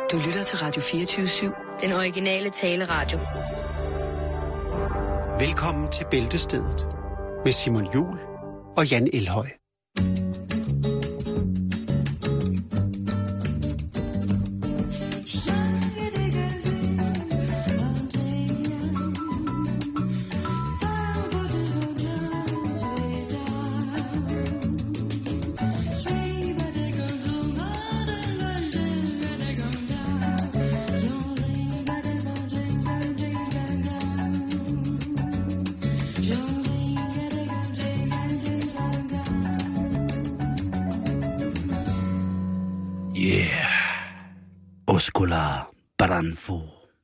Du lytter til Radio 24/7. Den originale taleradio. Velkommen til Bæltestedet med Simon Jul og Jan Elhøj. Oscola Baranfo.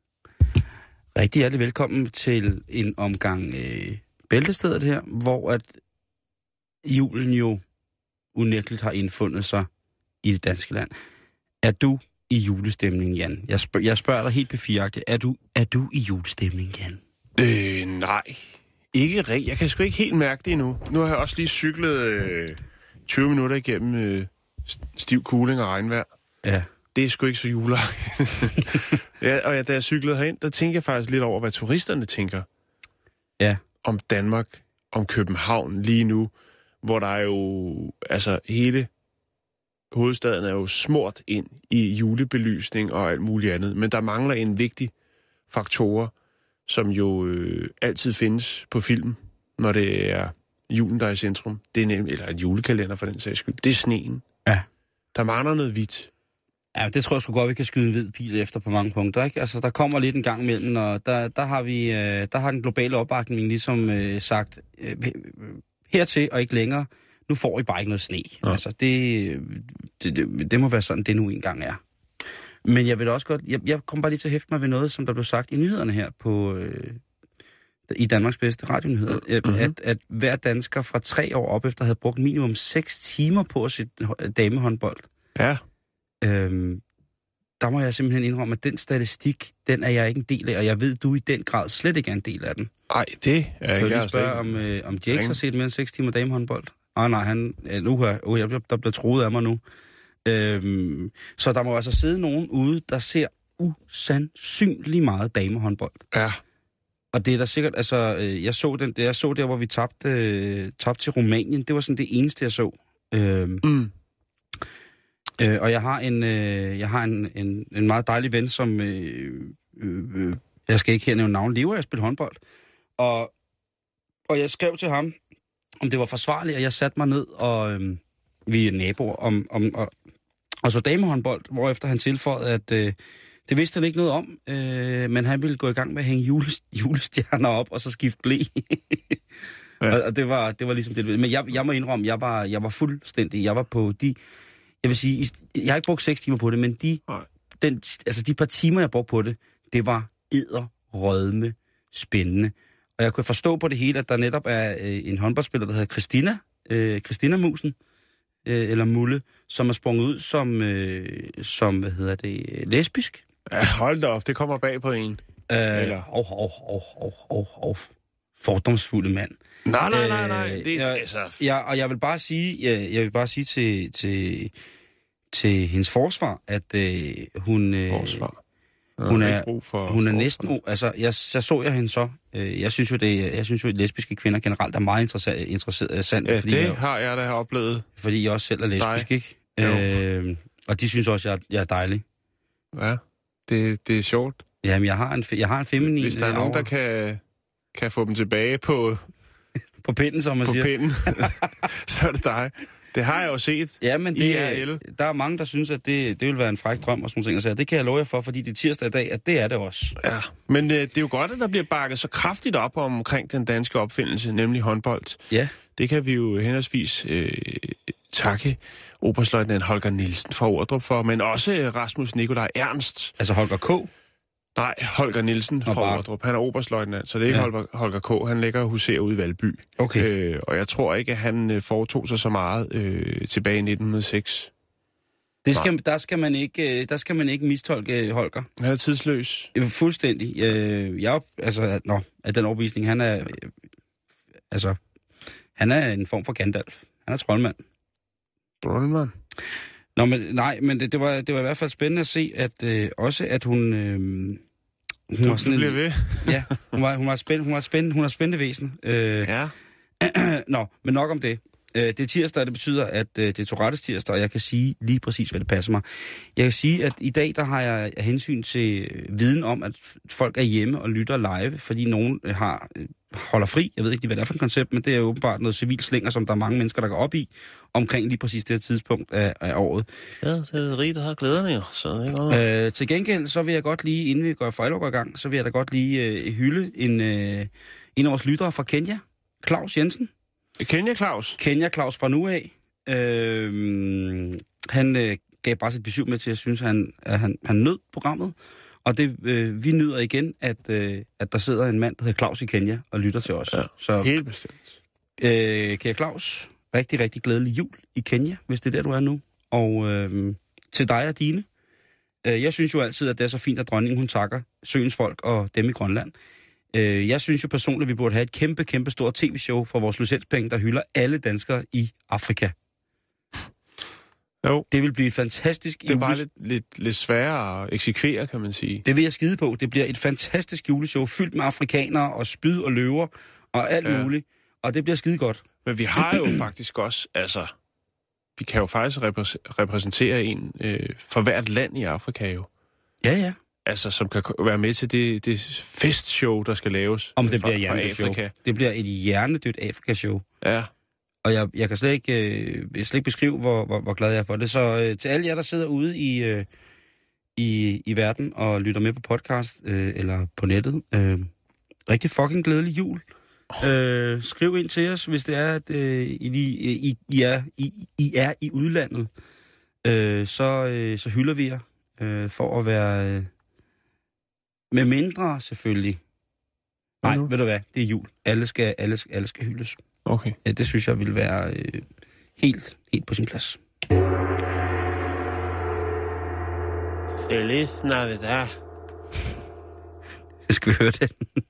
Rigtig hjertelig velkommen til en omgang Bæltestedet her, hvor at julen jo unægteligt har indfundet sig i det danske land. Er du i julestemning, Jan? Jeg spørger dig helt befiragtigt. Er du i julestemning, Jan? Nej. Ikke rigtigt. Jeg kan sgu ikke helt mærke det endnu. Nu har jeg også lige cyklet 20 minutter igennem stiv kuling og regnvejr. Ja. Det er sgu ikke så juleagtigt. Da jeg cyklede herind, der tænker jeg faktisk lidt over, hvad turisterne tænker. Ja. Om Danmark, om København lige nu, hvor der er jo, altså hele hovedstaden er jo smurt ind i julebelysning og alt muligt andet. Men der mangler en vigtig faktor, som jo altid findes på film, når det er julen, der er i centrum. Det er nemlig, eller en julekalender for den sags skyld. Det er sneen. Ja. Der mangler noget hvidt. Ja, det tror jeg sgu godt, vi kan skyde en hvid pil efter på mange punkter, ikke? Altså, der kommer lidt en gang imellem, og der har den globale opbakning ligesom sagt, hertil og ikke længere, nu får I bare ikke noget sne. Ja. Altså, det må være sådan, det nu engang er. Men jeg vil også godt, jeg kom bare lige til at hæfte mig ved noget, som der blev sagt i nyhederne her på, i Danmarks bedste radionyheder, at hver dansker fra 3 år op efter havde brugt minimum 6 timer på at se damehåndbold. Ja. Der må jeg simpelthen indrømme, at den statistik, den er jeg ikke en del af, og jeg ved, du i den grad slet ikke er en del af den. Nej, det er ikke. Kan du lige spørge, om Jakes har set mere end 6 timer damehåndbold? Nej, der bliver troet af mig nu. Så der må altså sidde nogen ude, der ser usandsynlig meget damehåndbold. Ja. Og det er der sikkert, altså, jeg så der, hvor vi tabte til Rumænien, det var sådan det eneste, jeg så. Og jeg har en meget dejlig ven, som jeg skal ikke her nævne navn, lever af at spille håndbold. Og jeg skrev til ham, om det var forsvarligt, at jeg satte mig ned, og vi er naboer, og så damehåndbold, hvorefter han tilføjede, at det vidste han ikke noget om, men han ville gå i gang med at hænge julestjerner op, og så skifte ble. Ja. Og det var ligesom det. Men jeg må indrømme, jeg var fuldstændig, jeg var på jeg vil sige, jeg har ikke brugt 6 timer på det, men de par timer, jeg brugte på det, det var edderrødme spændende. Og jeg kunne forstå på det hele, at der netop er en håndboldspiller, der hedder Christina Musen, eller Mulle, som er sprunget ud som lesbisk. Ja, hold da op, det kommer bag på en. Fordomsfulde mand. Nej. Det er altså... Og jeg vil bare sige, til hendes forsvar, at hun er næsten... Altså, jeg så hende så. Jeg synes jo, at lesbiske kvinder generelt er meget interessant. Ja, det har jeg da oplevet. Fordi jeg også selv er lesbisk, ikke? Og de synes også, at jeg er dejlig. Ja, det er sjovt. Jamen, jeg har en feminin... Hvis der er nogen, der kan få dem tilbage på pinden, som man siger. På pinden, så er det dig. Det har jeg jo set. Ja, men der er mange, der synes, at det vil være en fræk drøm og sådan nogle ting. Så det kan jeg love jer for, fordi det er tirsdag i dag, at det er det også. Ja, men det er jo godt, at der bliver bakket så kraftigt op omkring den danske opfindelse, nemlig håndbold. Ja. Det kan vi jo henholdsvis takke oberstløjtnant Holger Nielsen fra Ordrup for, men også Rasmus Nikolaj Ernst. Altså Holger K.? Nej, Holger Nielsen fra Ordrup. Han er oberstløjtnant, så det er ikke Holger K. Han ligger og huserer ude i Valby. Okay. Og jeg tror ikke, at han foretog sig så meget tilbage i 1906. Der skal man ikke mistolke Holger. Han er tidsløs. Fuldstændig. Af den overbevisning, han er... han er en form for Gandalf. Han er troldmand. Troldmand? Nå, men nej, men det var i hvert fald spændende at se, at også at hun var sådan bliver ved. Ja, hun var spændende væsen. Ja. Nå, men nok om det. Det er tirsdag, og det betyder, at det er Tourettes tirsdag, og jeg kan sige lige præcis, hvad det passer mig. Jeg kan sige, at i dag, der har jeg hensyn til viden om, at folk er hjemme og lytter live, fordi nogen holder fri. Jeg ved ikke, hvad det er for et koncept, men det er åbenbart noget civil slinger, som der er mange mennesker, der går op i, omkring lige præcis det her tidspunkt af året. Ja, det er rigt, der har glæderne jo. Så det er til gengæld, så vil jeg godt lige, inden vi går for alvor i gang, så vil jeg da godt lige hylde en af vores lyttere fra Kenya, Claus Jensen. Kenya Claus fra nu af. Han gav bare sit besøg med til, at jeg synes, han nød programmet. Og det, vi nyder igen, at der sidder en mand, der hedder Claus i Kenya, og lytter til os. Ja, så, helt bestemt. Kære Claus, rigtig, rigtig glædelig jul i Kenya, hvis det er der, du er nu. Og til dig og dine. Jeg synes jo altid, at det er så fint, at dronningen hun takker søens folk og dem i Grønland. Jeg synes jo personligt, at vi burde have et kæmpe, kæmpe stort tv-show for vores licenspenge, der hylder alle danskere i Afrika. Jo. Det vil blive et fantastisk Det er bare lidt sværere at eksekvere, kan man sige. Det vil jeg skide på. Det bliver et fantastisk juleshow, fyldt med afrikanere og spyd og løver og alt muligt. Og det bliver skide godt. Men vi har jo faktisk også, altså, vi kan jo faktisk repræsentere en for hvert land i Afrika jo. Ja. Altså, som kan være med til det festshow, der skal laves. Om det bliver hjernedødt show. Det bliver et hjernedødt Afrika-show. Ja. Og jeg kan slet ikke beskrive, hvor glad jeg er for det. Så til alle jer, der sidder ude i verden og lytter med på podcast eller på nettet, rigtig fucking glædelig jul. Skriv ind til os, hvis det er, at I er i udlandet. Så hylder vi jer for at være... med mindre selvfølgelig. Nej, ved du hvad? Det er jul. Alle skal hyldes. Okay. Ja, det synes jeg vil være helt på sin plads. Feliz Navidad. Skal vi høre det?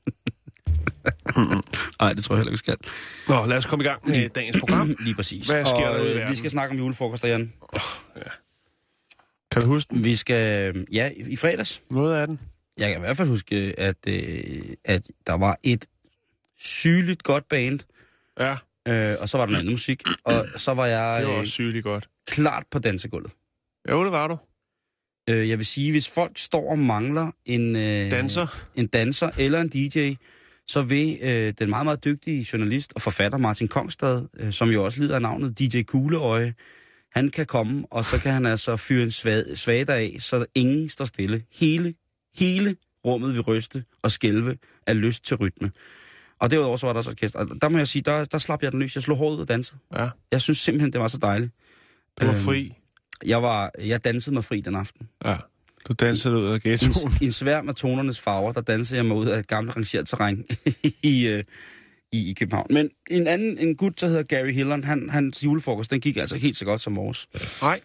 Nej, det tror jeg heller ikke, vi skal. Nå, lad os komme i gang med dagens program. Lige præcis. Hvad sker der ude i verden? Vi skal snakke om julefrokoster, Jan. Ja. Kan du huske den? Vi skal... Ja, i fredags. Noget af den. Jeg kan i hvert fald huske, at der var et sygeligt godt band. Ja. Og så var der noget andet musik. Og så var jeg... Det var også sygeligt godt. Klart på dansegulvet. Jo, det var du. Jeg vil sige, hvis folk står og mangler en danser eller en DJ, så vil den meget, meget dygtige journalist og forfatter Martin Kongstad, som jo også lider af navnet DJ Kugleøje, han kan komme, og så kan han altså fyre en svader af, så ingen står stille. Hele rummet vil ryste og skælve af lyst til rytme. Og derudover så var der så orkester. Der må jeg sige, der slap jeg den løs. Jeg slog håret ud og dansede. Ja. Jeg synes simpelthen, det var så dejligt. Du var fri. Jeg dansede mig fri den aften. Ja, du dansede ud af ghettoen. I en sværm af tonernes farver, der dansede jeg mig ud af et gammelt rangeret terræn i København. Men en gut, der hedder Gary Hillon, hans julefrokost, den gik altså helt så godt som vores. Nej.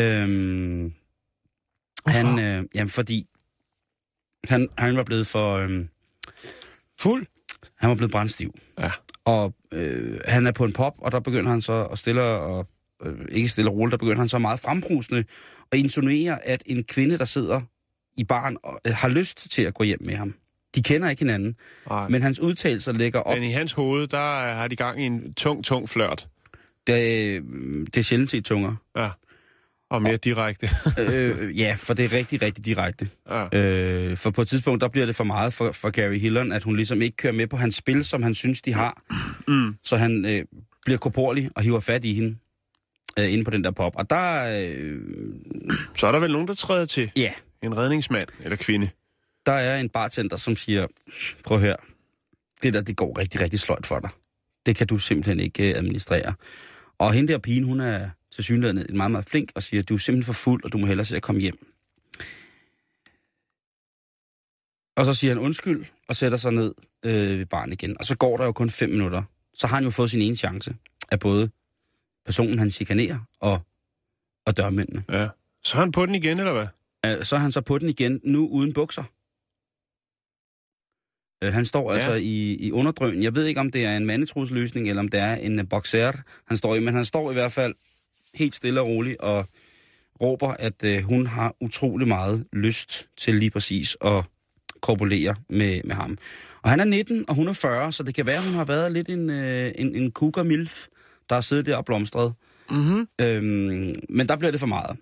Jamen fordi han var blevet for fuld. Han var blevet brandstiv. Ja. Og han er på en pop, og der begynder han så at stille og ikke stille og roligt, der begynder han så meget frembrusende og insinuere, at en kvinde, der sidder i baren, har lyst til at gå hjem med ham. De kender ikke hinanden, men hans udtalelser lægger op... Men i hans hoved, der har de gang i en tung flørt. Det er sjældent set tunger. Ja, og mere direkte. Ja, for det er rigtig, rigtig direkte. Ja. For på et tidspunkt, der bliver det for meget for Gary Hillon, at hun ligesom ikke kører med på hans spil, som han synes, de har. Så han bliver korporlig og hiver fat i hende inde på den der pop. Og der... Så er der vel nogen, der træder til? Ja. En redningsmand eller kvinde? Der er en bartender, som siger, prøv at høre, det går rigtig, rigtig sløjt for dig. Det kan du simpelthen ikke administrere. Og hende der pigen, hun er tilsyneladende meget, meget flink og siger, du er simpelthen for fuld, og du må hellere se at komme hjem. Og så siger han undskyld, og sætter sig ned ved baren igen. Og så går der jo kun 5 minutter. Så har han jo fået sin ene chance af både personen, han chikanerer, og dørmændene. Ja. Så er han på den igen, eller hvad? Så er han så på den igen, nu uden bukser. Han står altså i underdrøn. Jeg ved ikke, om det er en mandetrusløsning, eller om det er en boxer, han står i, men han står i hvert fald helt stille og roligt, og råber, at hun har utrolig meget lyst til lige præcis at korpulere med ham. Og han er 19, og hun er 40, så det kan være, at hun har været lidt en cougar-milf, der har siddet der og blomstret. Mm-hmm. Men der bliver det for meget.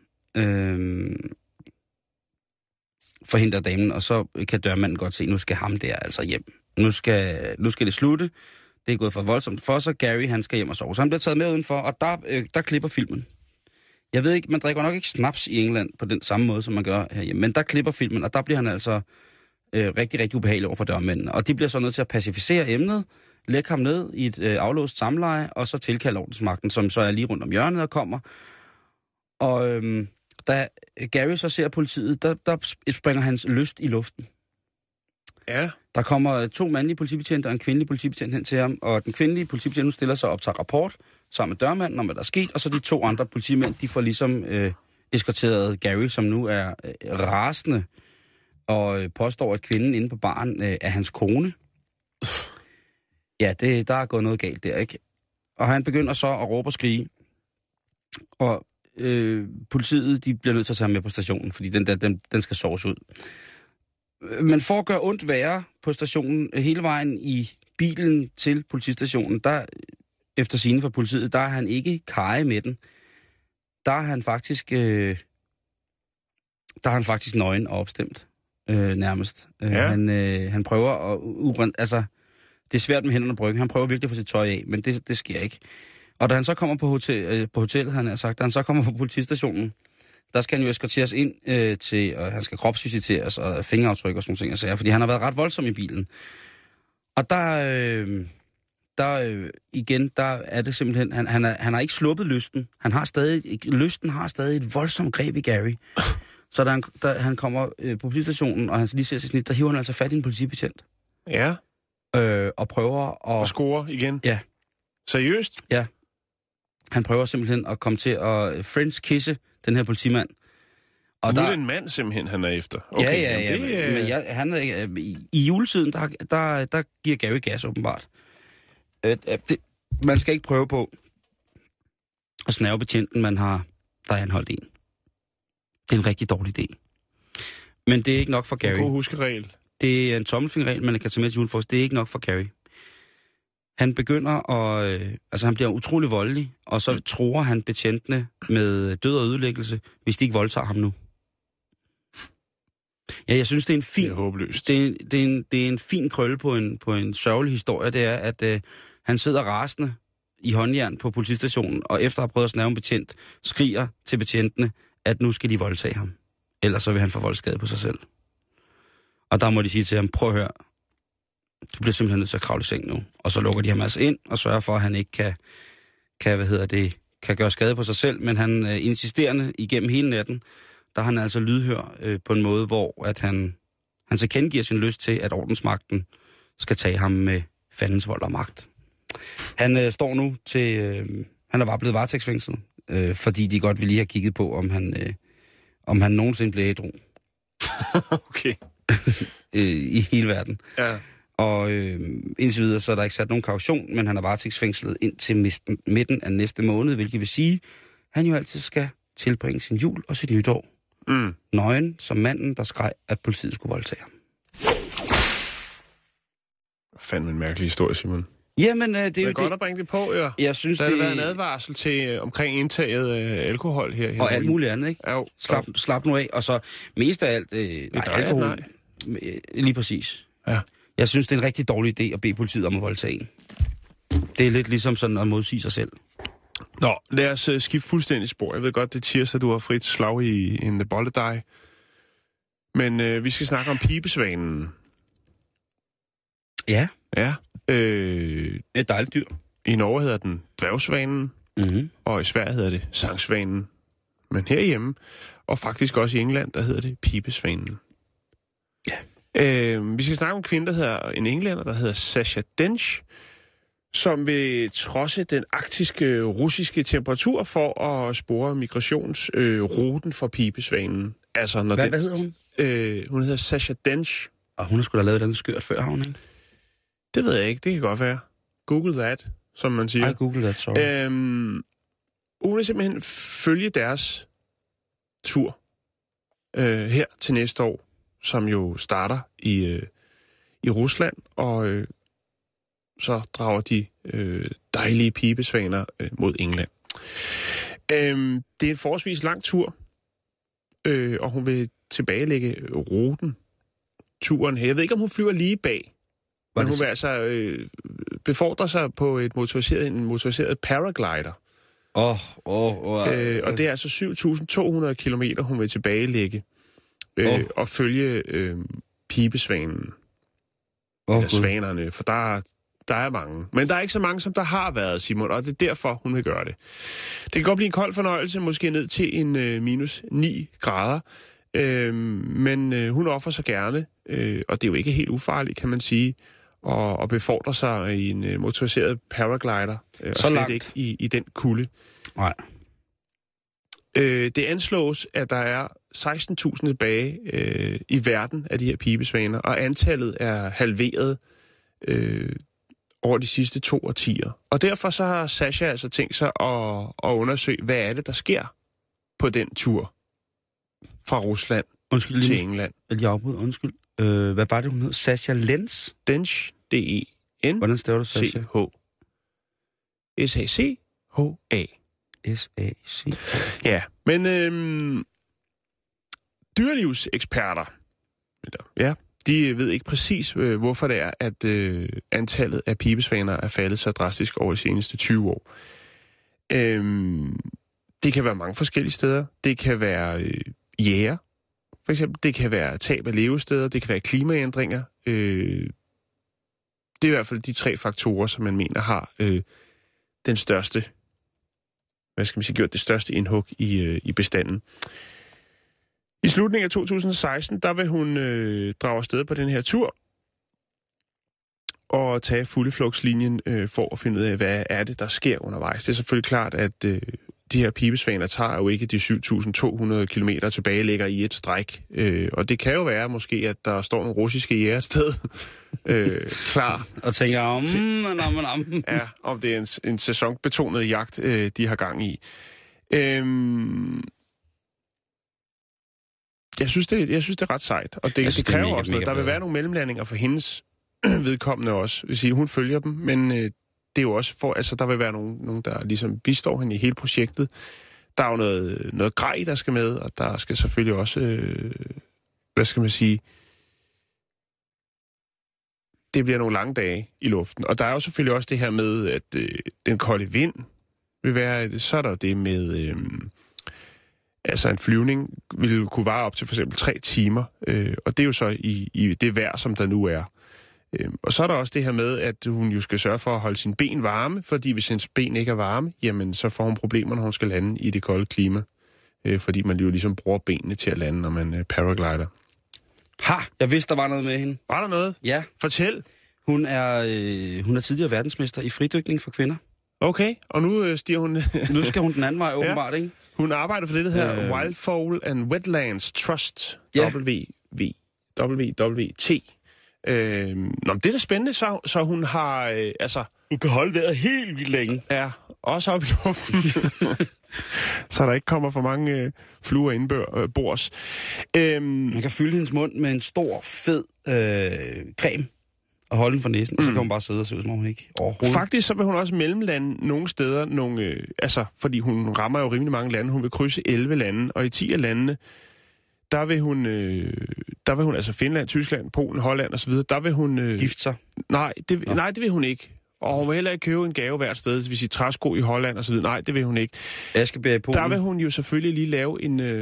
For hende der damen, og så kan dørmanden godt se, nu skal ham der altså hjem. Nu skal det slutte. Det er gået for voldsomt for, så Gary, han skal hjem og sove. Så han bliver taget med udenfor, og der klipper filmen. Jeg ved ikke, man drikker nok ikke snaps i England på den samme måde, som man gør herhjemme, men der klipper filmen, og der bliver han altså rigtig, rigtig ubehagelig over for dørmændene. Og de bliver så nødt til at pacificere emnet, lægge ham ned i et aflåst samleje, og så tilkalde ordensmagten, som så er lige rundt om hjørnet og kommer. Og da Gary så ser politiet, der springer hans lyst i luften. Ja. Der kommer 2 mandlige politibetjente og en kvindelig politibetjent hen til ham, og den kvindelige politibetjent stiller sig op til rapport sammen med dørmanden om, hvad der er sket, og så de 2 andre politimænd, de får ligesom eskorteret Gary, som nu er rasende, og påstår, at kvinden inde på baren er hans kone. Ja, der er gået noget galt der, ikke? Og han begynder så at råbe og skrige, og politiet, de bliver nødt til at tage ham med på stationen, fordi den skal soves ud. Men for at gøre ondt værre på stationen, hele vejen i bilen til politistationen, der efter sigende fra politiet, der er han ikke karrig med den. Der er han faktisk nøgen og opstemt, nærmest. Ja. Han prøver at altså, det er svært med hænderne at brygge. Han prøver virkelig at få sit tøj af, men det sker ikke. Og da han så kommer på hotellet, han har sagt, da han så kommer på politistationen, der skal han jo eskorteres ind til, og han skal kropsvisiteres og fingeraftryk og sådan nogle ting, fordi han har været ret voldsom i bilen. Og der er det simpelthen, han har ikke sluppet lysten. Lysten har stadig et voldsomt greb i Gary. Så da han kommer på politistationen, og han lige ser sit snit, der hiver han altså fat i en politibetjent. Ja. Og prøver at... Og score igen? Ja. Seriøst? Ja. Han prøver simpelthen at komme til at French-kisse den her politimand. Og nu er det en mand simpelthen, han er efter. Okay, ja. Men i juletiden, der giver Gary gas åbenbart. Man skal ikke prøve på at snæve betjenten, der er anholdt en. Det er en rigtig dårlig idé. Men det er ikke nok for Gary. En god huskeregel. Det er en tommelfingerregel, man kan tage med til julefrokost. Det er ikke nok for Gary. Han begynder han bliver utrolig voldelig, og så truer han betjentene med død og ødelæggelse, hvis de ikke voldtager ham nu. Ja, jeg synes, det er en fin... Det er håbløst. Det er en fin krølle på en sørgelig historie. Det er, at han sidder rasende i håndjern på politistationen, og efter at have prøvet at snæve en betjent, skriger til betjentene, at nu skal de voldtage ham. Ellers så vil han få voldsskade på sig selv. Og der må de sige til ham, prøv at høre, du bliver simpelthen nødt til at kravle i seng nu. Og så lukker de ham altså ind og sørger for, at han ikke kan gøre skade på sig selv. Men han insisterende igennem hele natten, der er han altså lydhør på en måde, hvor at han tilkendegiver sin lyst til, at ordensmagten skal tage ham med fandens vold og magt. Han står nu til... han er bare blevet varetægtsfængslet, fordi de godt vil lige have kigget på, om han nogensinde bliver ædru. Okay. I hele verden. Ja. Og indtil videre, så er der ikke sat nogen kaution, men han er varetægtsfængslet indtil midten af næste måned, hvilket vil sige, at han jo altid skal tilbringe sin jul og sit nytår. Nøgen som manden, der skreg, at politiet skulle voldtage ham. Fandme en mærkelig historie, Simon. Jamen, det er jo godt at bringe det på, ja. Jeg synes, der har været en advarsel til omkring indtaget af alkohol her. Og alt muligt andet, ikke? Jo. Slap nu af. Og så mest af alt alkohol. Nej. Lige præcis. Ja. Jeg synes, det er en rigtig dårlig idé at bede politiet om at voldtage en. Det er lidt ligesom sådan at modsige sig selv. Nå, lad os skifte fuldstændig spor. Jeg ved godt, det er tirsdag, du har frit slag i en bolledej. Men vi skal snakke om pibesvanen. Ja. Ja. Et dejligt dyr. I Norge hedder den dværgsvanen, og i Sverige hedder det sangsvanen. Men herhjemme, og faktisk også i England, der hedder det pibesvanen. Ja. Vi skal snakke om en kvinde, der hedder en englænder, der hedder Sasha Dench, som vil trodse den arktiske russiske temperatur for at spore migrationsruten for pibesvanen. Altså, når hvad hedder hun? Hun hedder Sasha Dench. Og hun har sgu da lavet den skørt før, har hun ikke? Det ved jeg ikke, det kan godt være. Google that, som man siger. I Google that, sorry. Hun vil simpelthen følge deres tur her til næste år, som jo starter i Rusland, og så drager de dejlige pibesvaner mod England. Det er en forholdsvis lang tur, og hun vil tilbagelægge turen her. Jeg ved ikke, om hun flyver lige bag, men hun vil altså befordre sig på en motoriseret paraglider. Og det er altså 7.200 kilometer, hun vil tilbagelægge og følge pibesvanen. Eller svanerne, for der er mange. Men der er ikke så mange, som der har været, Simon, og det er derfor, hun vil gøre det. Det kan godt blive en kold fornøjelse, måske ned til en minus 9 grader, men hun offer sig gerne, og det er jo ikke helt ufarligt, kan man sige, og befordre sig i en motoriseret paraglider, og slet langt. Ikke i den kulde. Nej. Det anslås, at der er 16.000 tilbage i verden af de her pibesvaner, og antallet er halveret over de sidste 2 årtier. Og derfor så har Sasha altså tænkt sig at undersøge, hvad er det, der sker på den tur fra Rusland til England. Undskyld. Hvad var det, hun hed? Sasha Lenz? Dench, D-E-N. Hvordan staver du Sasha? C-H. S-A-C-H-A. S-A-C. Ja, men dyrelivseksperter, de ved ikke præcis, hvorfor det er, at antallet af pibesvaner er faldet så drastisk over de seneste 20 år. Det kan være mange forskellige steder. Det kan være jæger, for eksempel. Det kan være tab af levesteder. Det kan være klimaændringer. Det er i hvert fald de 3 faktorer, som man mener har den største, gjort det største indhug i bestanden. I slutningen af 2016, der vil hun drage afsted på den her tur og tage fugleflugtslinjen for at finde ud af, hvad er det, der sker undervejs. Det er selvfølgelig klart, at de her pibesvaner tager jo ikke de 7.200 kilometer tilbage, ligger i et stræk. Og det kan jo være måske, at der står nogle russiske jæger et sted klar. Og tænker om det er en sæsonbetonet jagt, de har gang i. Jeg synes, det er ret sejt, og det kræver også noget. Der vil være nogle mellemlandinger for hendes vedkommende også. Det vil sige, hun følger dem, men det er jo også for, altså der vil være nogen der ligesom bistår hende i hele projektet. Der er jo noget grej, der skal med, og der skal selvfølgelig også, det bliver nogle lange dage i luften. Og der er jo selvfølgelig også det her med, at den kolde vind vil være, så er der jo det med, altså en flyvning vil kunne vare op til for eksempel 3 timer, og det er jo så i det vejr, som der nu er. Og så er der også det her med, at hun jo skal sørge for at holde sine ben varme, fordi hvis hendes ben ikke er varme, jamen så får hun problemer, når hun skal lande i det kolde klima. Fordi man jo ligesom bruger benene til at lande, når man paraglider. Jeg vidste, der var noget med hende. Var der noget? Ja. Fortæl. Hun er tidligere verdensmester i fridykning for kvinder. Okay, og nu stiger hun... Nu skal hun den anden vej, åbenbart, ikke? Hun arbejder for det her Wildfowl and Wetlands Trust, WWT. Det er da spændende, så hun har, Hun kan holde vejret helt vildt længe. Ja, også op i luften. Så der ikke kommer for mange fluer indbords. Man kan fylde hendes mund med en stor, fed creme og holde den for næsen, og så kan hun bare sidde og se ud, som om hun ikke overhovedet... Faktisk så vil hun også mellemlande nogle steder, fordi hun rammer jo rimelig mange lande. Hun vil krydse 11 lande, og i 10 af landene, der vil hun altså Finland, Tyskland, Polen, Holland osv., der vil hun... Gifte sig? Nej, det vil hun ikke. Og hun vil heller ikke købe en gave hvert sted, hvis vi træsko i Holland osv. Nej, det vil hun ikke. Askebær i Polen? Der vil hun jo selvfølgelig lige lave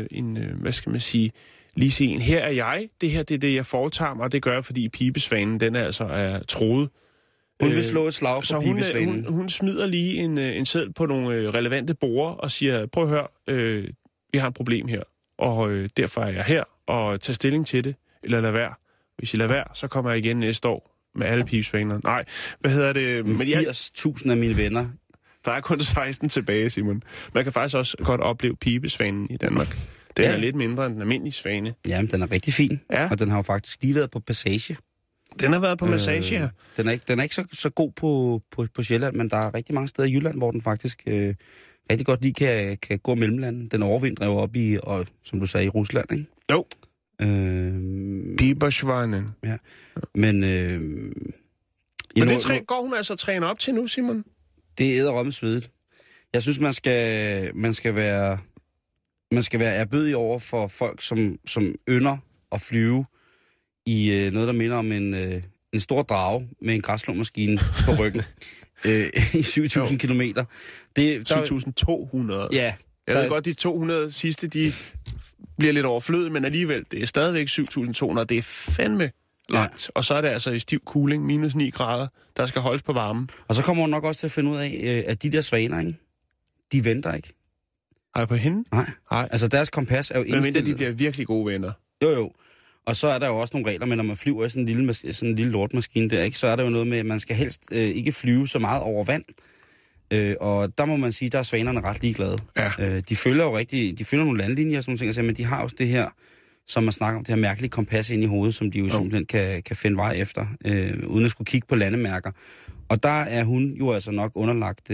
lige sige en, her er jeg, det her det er det, jeg foretager mig, og det gør jeg, fordi pibesvanen, den er troet. Hun vil slå et slag for pibesvanen. Hun smider lige en seddel på nogle relevante borde og siger, prøv at høre, vi har et problem her, og derfor er jeg her, og tag stilling til det, eller lad være. Hvis I lader være, så kommer jeg igen næste år med alle pibesvaner. Nej, hvad hedder det? 80.000 af mine venner. Der er kun 16 tilbage, Simon. Man kan faktisk også godt opleve pibesvanen i Danmark. Den er lidt mindre end den almindelige svane. Jamen, den er rigtig fin. Ja. Og den har jo faktisk lige været på Passage. Den har været på Massage, ja. Den er ikke så god på Sjælland, men der er rigtig mange steder i Jylland, hvor den faktisk rigtig godt lige kan gå mellemlandet. Den overvintrer jo op i, og, som du sagde, i Rusland, ikke? Jo. Bibersvejnen. Ja, men... Men det går hun altså træne op til nu, Simon? Det er edderrømme svedigt. Jeg synes, man skal være ærbødig over for folk, som ynder at flyve i noget, der minder om en stor drage med en græsslåmaskine på ryggen i 7.000 kilometer. 7.200? Ja. Jeg ved godt, de 200 sidste, de bliver lidt overflødet, men alligevel, det er stadigvæk 7.200. Det er fandme langt. Ja. Og så er det altså i stiv cooling, minus 9 grader, der skal holdes på varmen. Og så kommer hun nok også til at finde ud af, at de der svaner, ikke? De venter ikke. Ej, på hende? Nej. Altså deres kompas er jo indstillet. Men de bliver virkelig gode venner. Jo. Og så er der jo også nogle regler med, når man flyver i sådan en lille lortmaskine der, ikke? Så er der jo noget med, at man skal helst ikke flyve så meget over vand. Og der må man sige, der er svanerne ret ligeglade. Ja. De følger jo de følger nogle landlinjer og sådan nogle ting, men de har også det her, som man snakker om, det her mærkelige kompas ind i hovedet, som de jo simpelthen kan finde vej efter, uden at skulle kigge på landemærker. Og der er hun jo altså nok underlagt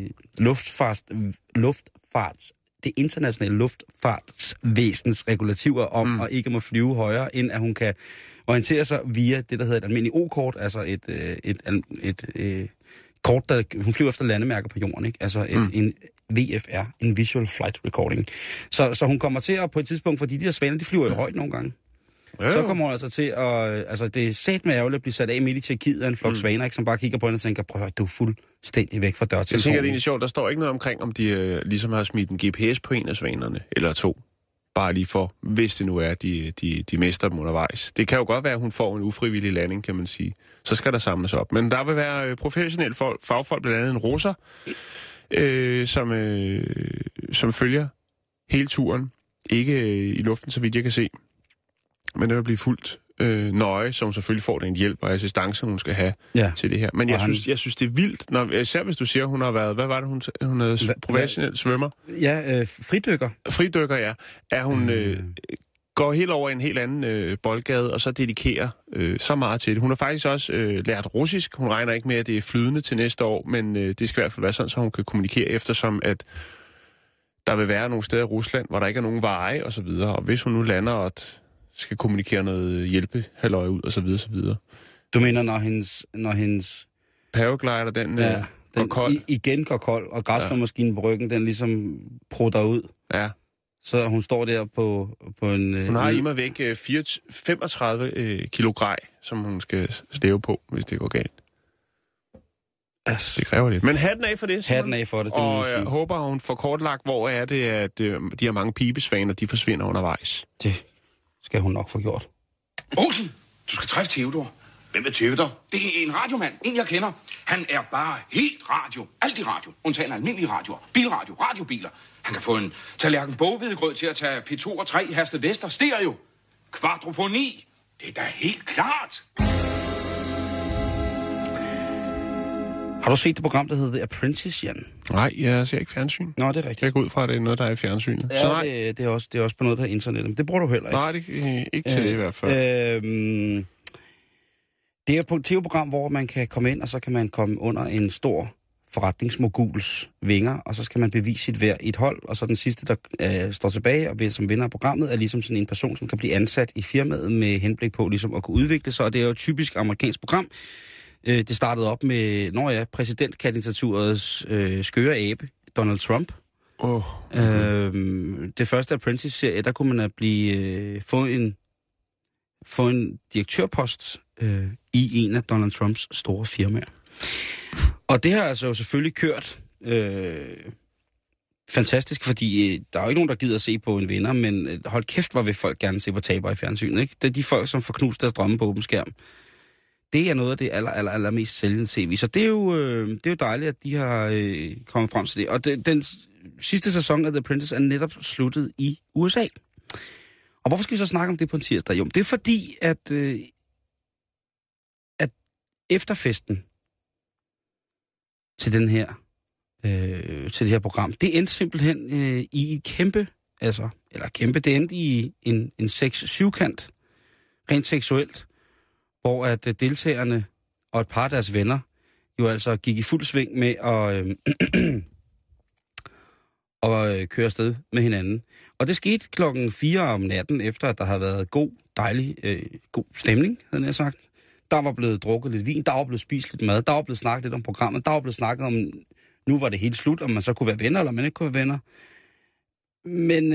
det internationale luftfartsvæsens regulativer om at ikke må flyve højere, end at hun kan orientere sig via det, der hedder et almindeligt O-kort, altså et kort, der hun flyver efter landemærker på jorden, ikke? Altså en VFR, en Visual Flight Recording. Så hun kommer til at på et tidspunkt, fordi de der svaner, de flyver jo højt nogle gange. Så kommer hun altså til at... Altså, det er satme ærgerligt at blive sat af midt i Tjekkiet af en flok svaner, ikke, som bare kigger på hende og tænker, prøv at høre, du er fuldstændig væk fra dørtelefonen. Jeg tænker, det er egentlig sjovt, der står ikke noget omkring, om de ligesom har smidt en GPS på en af svanerne, eller to. Bare lige for, hvis det nu er, de mister dem undervejs. Det kan jo godt være, at hun får en ufrivillig landing, kan man sige. Så skal der samles op. Men der vil være professionelle fagfolk, blandt andet en russer, som følger hele turen. Ikke i luften, så vidt jeg kan se. Men det vil blive fuldt nøje, så hun selvfølgelig får den hjælp og assistance, hun skal have til det her. Men jeg synes, det er vildt, især hvis du siger, hun har været... Hvad var det, hun er professionel svømmer? Ja, fridykker. Fridykker, ja. Er hun... går helt over i en helt anden boldgade, og så dedikerer så meget til det. Hun har faktisk også lært russisk. Hun regner ikke med, at det er flydende til næste år, men det skal i hvert fald være sådan, så hun kan kommunikere eftersom, at der vil være nogle steder i Rusland, hvor der ikke er nogen veje og så videre. Og hvis hun nu lander og skal kommunikere noget hjælpehalløj ud og så videre, så videre. Du mener, når hendes paraglider, den går kold? Igen går kold, og græsslåmaskinen på ryggen, den ligesom prutter ud. Ja. Så hun står der på en... Hun har i mig væk 35 kilo grej, som hun skal slæve på, hvis det går galt. Det kræver lidt. Men hatten af for det, Simon. Hatten af for det. Og jeg håber, at hun får kortlagt, hvor er det, at de her mange pibesvaner, de forsvinder undervejs. Det skal hun nok få gjort. Olsen, du skal træffe Theodor. Hvem er Theodor? Det er en radiomand, en jeg kender. Han er bare helt radio. Alt i radio. Undtagen almindelige radioer. Bilradio, radiobiler. Han kan få en tallerken boghvedegrød til at tage P2 og 3 Hersted Vester stereo. Kvadrofoni. Det er da helt klart. Har du set det program, der hedder The Apprentice, Jan? Nej, jeg ser ikke fjernsyn. Nå, det er rigtigt. Jeg går ud fra, at det er noget, der er i fjernsynet. Ja, så nej. Det er også på noget, der er internettet. Men det bruger du heller ikke. Nej, det er ikke til det i hvert fald. Det er et tv-program, hvor man kan komme ind, og så kan man komme under en stor forretningsmoguls vinger, og så skal man bevise sit værd i et hold, og så den sidste, der står tilbage, og som vinder af programmet, er ligesom sådan en person, som kan blive ansat i firmaet med henblik på ligesom at kunne udvikle sig, og det er jo et typisk amerikansk program. Det startede op med, præsidentkandidaturets skøre abe, Donald Trump. Det første Apprentice-serie, der kunne man få en direktørpost i en af Donald Trumps store firmaer. Og det har altså selvfølgelig kørt fantastisk, fordi der er jo ikke nogen, der gider at se på en vinder, men hold kæft, hvor vil folk gerne se på tabere i fjernsynet, ikke? Det er de folk, som får knust deres drømme på åben skærm. Det er noget af det allermest sælgende tv. Så det er jo dejligt, at de har kommet frem til det. Og den sidste sæson af The Apprentice er netop sluttet i USA. Og hvorfor skal vi så snakke om det på en tirsdag? Jo, det er fordi, at efterfesten til det her program, det endte simpelthen i et kæmpe, det endte i en 6-7-kant, rent seksuelt, hvor at deltagerne og et par af deres venner jo altså gik i fuld sving med og køre afsted med hinanden. Og det skete 4:00 om natten, efter at der havde været dejlig god stemning, havde jeg sagt. Der var blevet drukket lidt vin, der var blevet spist lidt mad, der var blevet snakket lidt om programmet, der var blevet snakket om, nu var det helt slut, om man så kunne være venner, eller man ikke kunne være venner. Men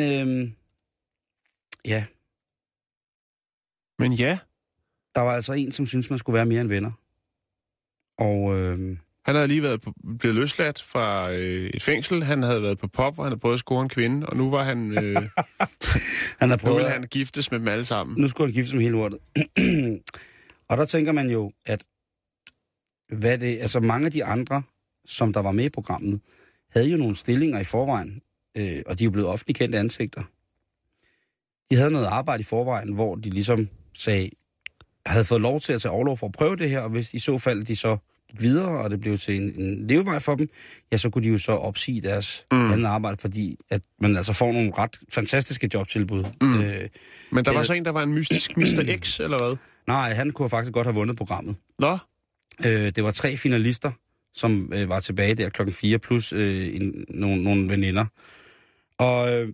ja. Men ja. Der var altså en, som syntes, man skulle være mere end venner. Og han havde lige blevet løsladt fra et fængsel. Han havde været på pop, og han havde prøvet at score en kvinde. Og nu var han... nu ville han giftes med dem alle sammen. Nu skulle han giftes med hele lortet. Og der tænker man jo, at mange af de andre, som der var med i programmet, havde jo nogle stillinger i forvejen, og de er jo blevet offentligt kendte ansigter. De havde noget arbejde i forvejen, hvor de ligesom havde fået lov til at tage overlov for at prøve det her, og hvis i så fald de så gik videre, og det blev til en levevej for dem, ja, så kunne de jo så opsige deres andet arbejde, fordi at man altså får nogle ret fantastiske jobtilbud. Men der var så en, der var en mystisk Mr. X, eller hvad? Nej, han kunne faktisk godt have vundet programmet. Nå? Det var 3 finalister, som var tilbage der 4:00, plus nogle veninder. Og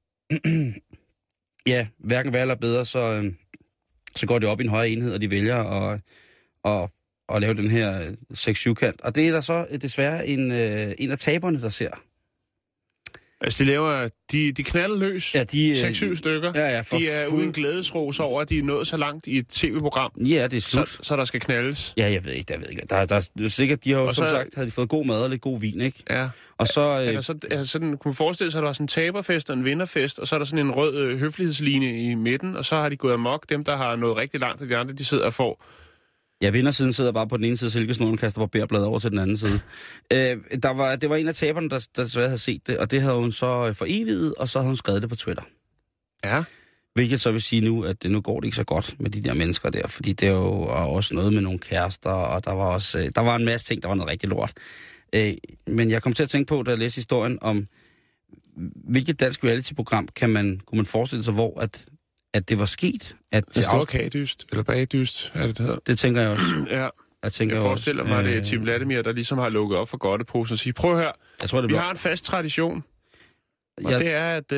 ja, hverken værre eller bedre, så går det op i en højere enhed, og de vælger at lave den her 6-7-kant. Og det er der så desværre en af taberne, der ser. Altså, de knalder løs. Ja, 6-7 stykker. Ja, de er uden glædesros over, at de er nået så langt i et tv-program. Ja, det er slut. Så der skal knaldes. Ja, jeg ved ikke. Der er sikkert, de har jo som sagt, havde de fået god mad og lidt god vin, ikke? Ja. Og så... sådan, kunne man forestille sig, at der var sådan en taberfest og en vinderfest, og så er der sådan en rød høflighedsline i midten, og så har de gået amok. Dem, der har nået rigtig langt, og de andre, de sidder og får... Ja, vindersiden sidder bare på den ene side af silkesnoren og kaster barberblad over til den anden side. Det var en af taberne, der desværre havde set det, og det havde hun så foreviget, og så havde hun skrevet det på Twitter. Ja. Hvilket så vil sige nu, at nu går det ikke så godt med de der mennesker der, fordi det er jo også noget med nogle kærester, og der var en masse ting, der var noget rigtig lort. Men jeg kom til at tænke på, da jeg læste historien om, hvilket dansk reality-program kunne man forestille sig, hvor at det var sket. En stor kagedyst, eller bagdyst, er det hedder. Det tænker jeg også. Ja. Jeg forestiller mig, at det er Tim Vladimir, der ligesom har lukket op for godteposen og siger, prøv her, vi har en fast tradition, og det er, at...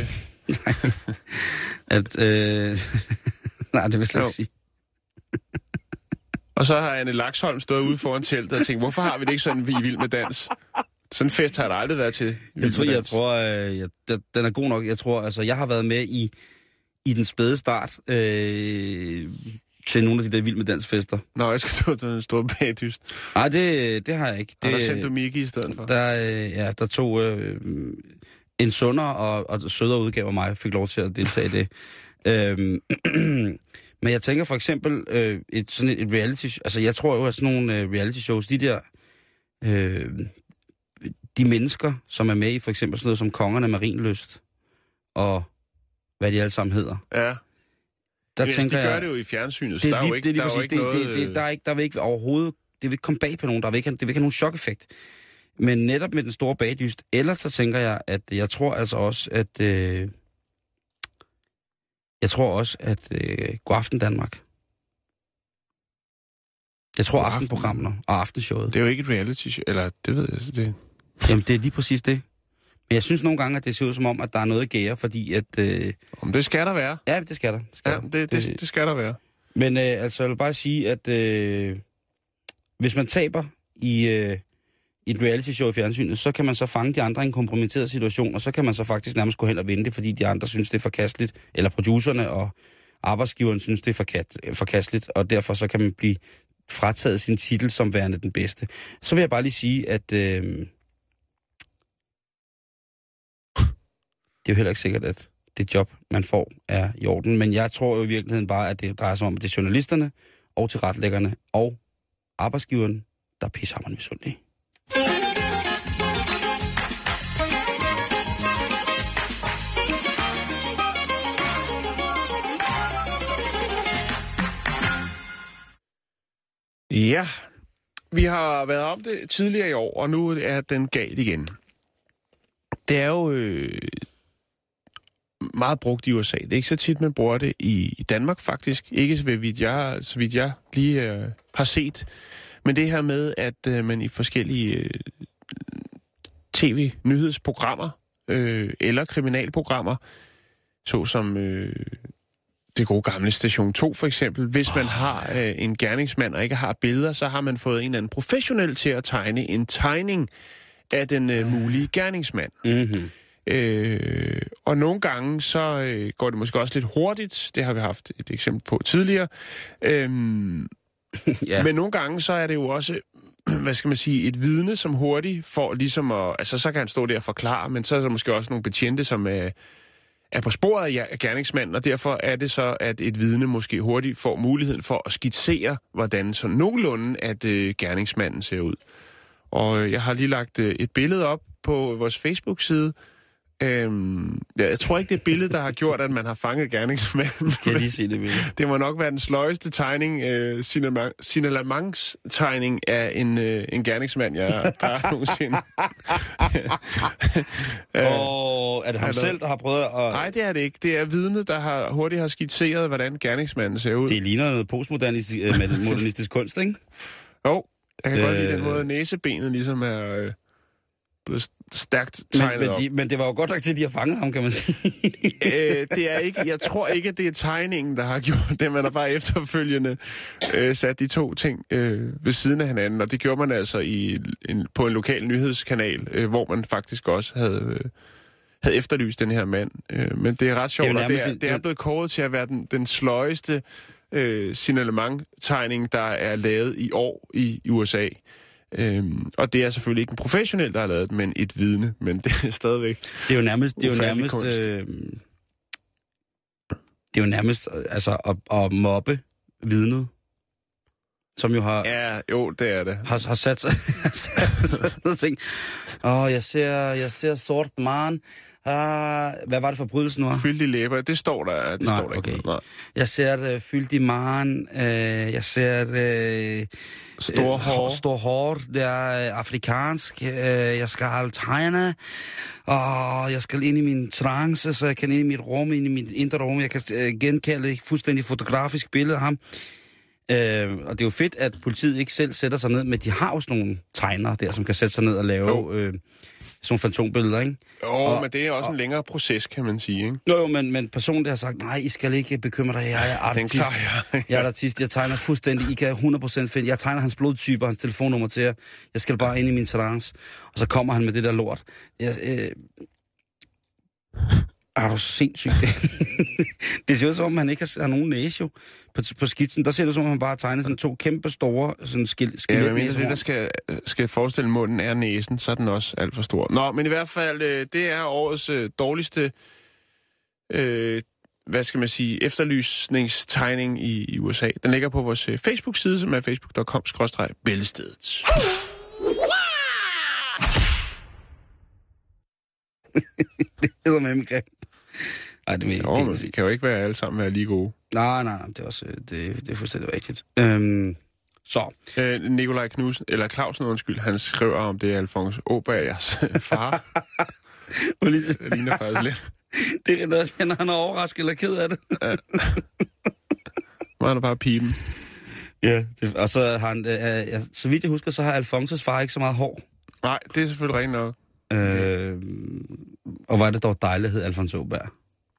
Nej, det vil jeg ikke sige. Og så har Anne Laksholm stået ude foran teltet og tænkt, hvorfor har vi det ikke sådan i Vild med Dans? Sådan en fest har der aldrig været til. Jeg tror, den er god nok. Jeg tror, altså, jeg har været med i den spæde start til nogle af de der Vild med Dans-fester. Nå, jeg skal tage en stor bagdyst. Nej, det har jeg ikke. Der sendte du Miki i stedet for? Der tog en sundere og sødere udgave af mig, fik lov til at deltage i det. Men jeg tænker for eksempel sådan et reality... Altså, jeg tror jo, at sådan nogle reality shows, de der... de mennesker, som er med i for eksempel sådan noget som Kongerne Marienlyst, og hvad de alle sammen hedder. Ja. Der tænker de gør det jo i fjernsynet, så der er jo ikke noget... Der vil ikke overhovedet... Det vil ikke komme bag på nogen, det vil ikke have nogen chok-effekt. Men netop med den store bagdyst, ellers så tænker jeg, at jeg tror altså også, at... Godaften Danmark. Jeg tror aftenprogrammerne og aftenshowet. Det er jo ikke et reality show, eller det ved jeg. Det... Jamen, det er lige præcis det. Men jeg synes nogle gange, at det ser ud som om, at der er noget gære, fordi at... Om det skal der være. Ja, det skal der. Det skal der være. Men altså, jeg vil bare sige, at hvis man taber i et reality-show i fjernsynet, så kan man så fange de andre i en kompromitteret situation, og så kan man så faktisk nærmest gå hen og vinde det, fordi de andre synes, det er forkasteligt, eller producerne og arbejdsgiveren synes, det er forkasteligt, og derfor så kan man blive frataget sin titel som værende den bedste. Så vil jeg bare lige sige, at det er jo heller ikke sikkert, at det job, man får, er i orden, men jeg tror jo i virkeligheden bare, at det drejer sig om, at det er journalisterne og tilrettelæggerne og arbejdsgiveren, der pisser man misundelige. Ja, vi har været om det tidligere i år, og nu er den galt igen. Det er jo meget brugt i USA. Det er ikke så tit, man bruger det i Danmark faktisk. Ikke så vidt jeg lige har set. Men det her med, at man i forskellige tv-nyhedsprogrammer eller kriminalprogrammer, såsom det gode gamle Station 2 for eksempel. Hvis man har en gerningsmand og ikke har billeder, så har man fået en eller anden professionel til at tegne en tegning af den mulige gerningsmand. Mm-hmm. Og nogle gange så går det måske også lidt hurtigt. Det har vi haft et eksempel på tidligere. Ja. Men nogle gange så er det jo også, hvad skal man sige, et vidne, som hurtigt får ligesom at... Altså så kan han stå der og forklare, men så er der måske også nogle betjente, som er på sporet af gerningsmanden, og derfor er det så, at et vidne måske hurtigt får muligheden for at skitsere, hvordan så nogenlunde, at gerningsmanden ser ud. Og jeg har lige lagt et billede op på vores Facebook-side. Jeg tror ikke, det er et billede, der har gjort, at man har fanget gerningsmanden. Kan jeg lige se det billede? Det må nok være den sløjeste tegning, signalements-tegning af en gerningsmand, jeg har nogensinde. Er det ham selv, der har prøvet at... Nej, det er det ikke. Det er vidnet, der hurtigt har skitseret, hvordan gerningsmanden ser ud. Det ligner noget postmodernistisk kunst, ikke? Jo, jeg kan godt lide den måde, næsebenet ligesom er... blevet stærkt tegnet op. Men det var jo godt nok til, at de har fanget ham, kan man sige. Det er ikke, jeg tror ikke, at det er tegningen, der har gjort det. Man har bare efterfølgende sat de to ting ved siden af hinanden. Og det gjorde man altså på en lokal nyhedskanal, hvor man faktisk også havde efterlyst den her mand. Men det er ret sjovt, og det er blevet kåret til at være den sløjeste signalement-tegning, der er lavet i år i USA. Og det er selvfølgelig ikke en professionel, der har lavet det, men et vidne, men det er stadigvæk. Det er jo nærmest altså at mobbe vidnet, som jo har... Ja, jo, det er det. Har sat sig og tænkt, jeg ser sort man. Hvad var det forbrydelsen nu? Fyldig læber, det står der. Det står der okay. Ikke. Nej. Jeg ser fyldig man. Jeg ser stor hår. Det er afrikansk. Jeg skal tegne. Og jeg skal ind i min trance, så jeg kan ind i mit rum, ind i mit indre rum. Jeg kan genkalde et fuldstændig fotografisk billede af ham. Og det er jo fedt, at politiet ikke selv sætter sig ned, men de har jo sådan nogle tegnere der, som kan sætte sig ned og lave... sådan fantombilleder, ikke? Jo, men det er også en længere proces, kan man sige, ikke? Jo, men personen der har sagt, nej, I skal ikke bekymre dig, jeg er artist. Jeg er artist, jeg tegner fuldstændig, I kan 100% finde. Jeg tegner hans blodtype og hans telefonnummer til jer. Jeg skal bare ind i min trance. Og så kommer han med det der lort. Er du sindssygt? Det ser ud som om, han ikke har nogen næse jo. På skitsen, der ser det ud som om, han bare har tegnet sådan to kæmpe store sådan skeletnæser. Ja, men det, der skal forestille munden er næsen, så er den også alt for stor. Nå, men i hvert fald, det er årets dårligste, hvad skal man sige, efterlysningstegning i USA. Den ligger på vores Facebook-side, som er facebook.com/bæltestedet. Det hedder med mig grimt. Ej, det men vi kan jo ikke være alle sammen være lige gode. Nej, det er også det er fuldstændig rigtigt. Så. Nikolaj Knudsen, eller Clausen, undskyld, han skriver om det er Alfons Åbergs far. Det ligner faktisk lidt. Det er noget, han er overrasket eller ked af det. Ja. Man er bare pipen. Ja, og så har han, så vidt jeg husker, så har Alfonsos far ikke så meget hår. Nej, det er selvfølgelig rent nok. Og var det dog dejligt, hed Alfons Åberg.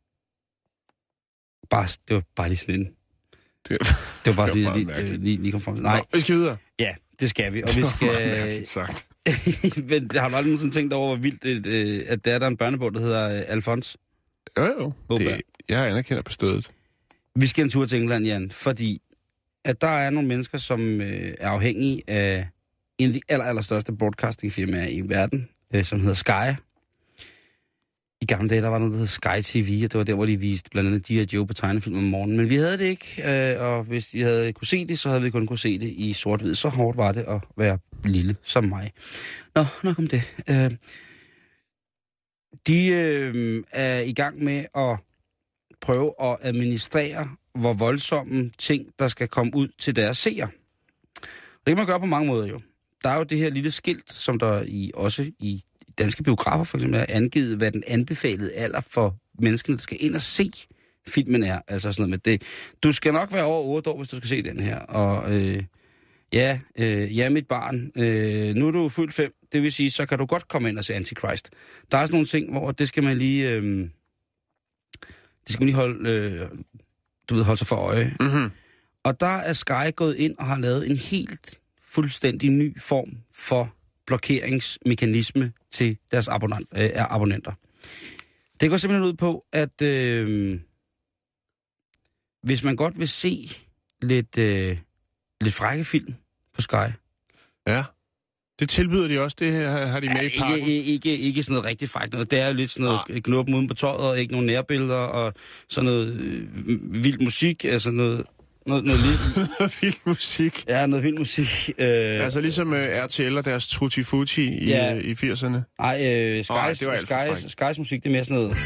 Det var bare lige sådan en. Det var bare sådan, lige kom frem. Nej. Vi skal videre. Ja, det skal vi. Og vi skal... sagt. Men har du aldrig nogensinde tænkt over, hvor vildt, at der er en børnebog, der hedder Alfons? Jo. Jeg anerkender på stødet. Vi skal en tur til England, Jan, fordi at der er nogle mennesker, som er afhængige af en af de allerstørste broadcastingfirmaer i verden, som hedder Sky. I gamle dage, der var noget, der hed Sky TV, og det var der, hvor de viste blandt andet G.I. Joe på tegnefilm om morgenen. Men vi havde det ikke, og hvis de havde kunne se det, så havde vi kun kunne se det i sort-hvid. Så hårdt var det at være lille som mig. Nå, nok om det. De er i gang med at prøve at administrere, hvor voldsomme ting, der skal komme ud til deres seere. Det kan man gøre på mange måder jo. Der er jo det her lille skilt, som der også i danske biografer for eksempel er angivet, hvad den anbefalede alder for menneskene, der skal ind og se filmen er. Altså sådan noget med det. Du skal nok være over 8 år, hvis du skal se den her. Og Ja, mit barn. Nu er du fyldt 5. Det vil sige, så kan du godt komme ind og se Antichrist. Der er sådan nogle ting, hvor det skal man lige... holde sig for øje. Mm-hmm. Og der er Sky gået ind og har lavet en helt fuldstændig ny form for blokeringsmekanisme til deres abonnenter. Det går simpelthen ud på, at hvis man godt vil se lidt frække film på Sky. Ja, det tilbyder de også, det her har de med i pakken. Ikke sådan noget rigtig frækt noget. Det er jo lidt sådan noget knuppen uden på tøjet, og ikke nogen nærbilleder, og sådan noget vild musik, altså noget vild musik. Ja, noget vild musik. Altså ligesom RTL og deres Tutti Frutti i 80'erne. Nej, Skys musik, det er mere sådan noget...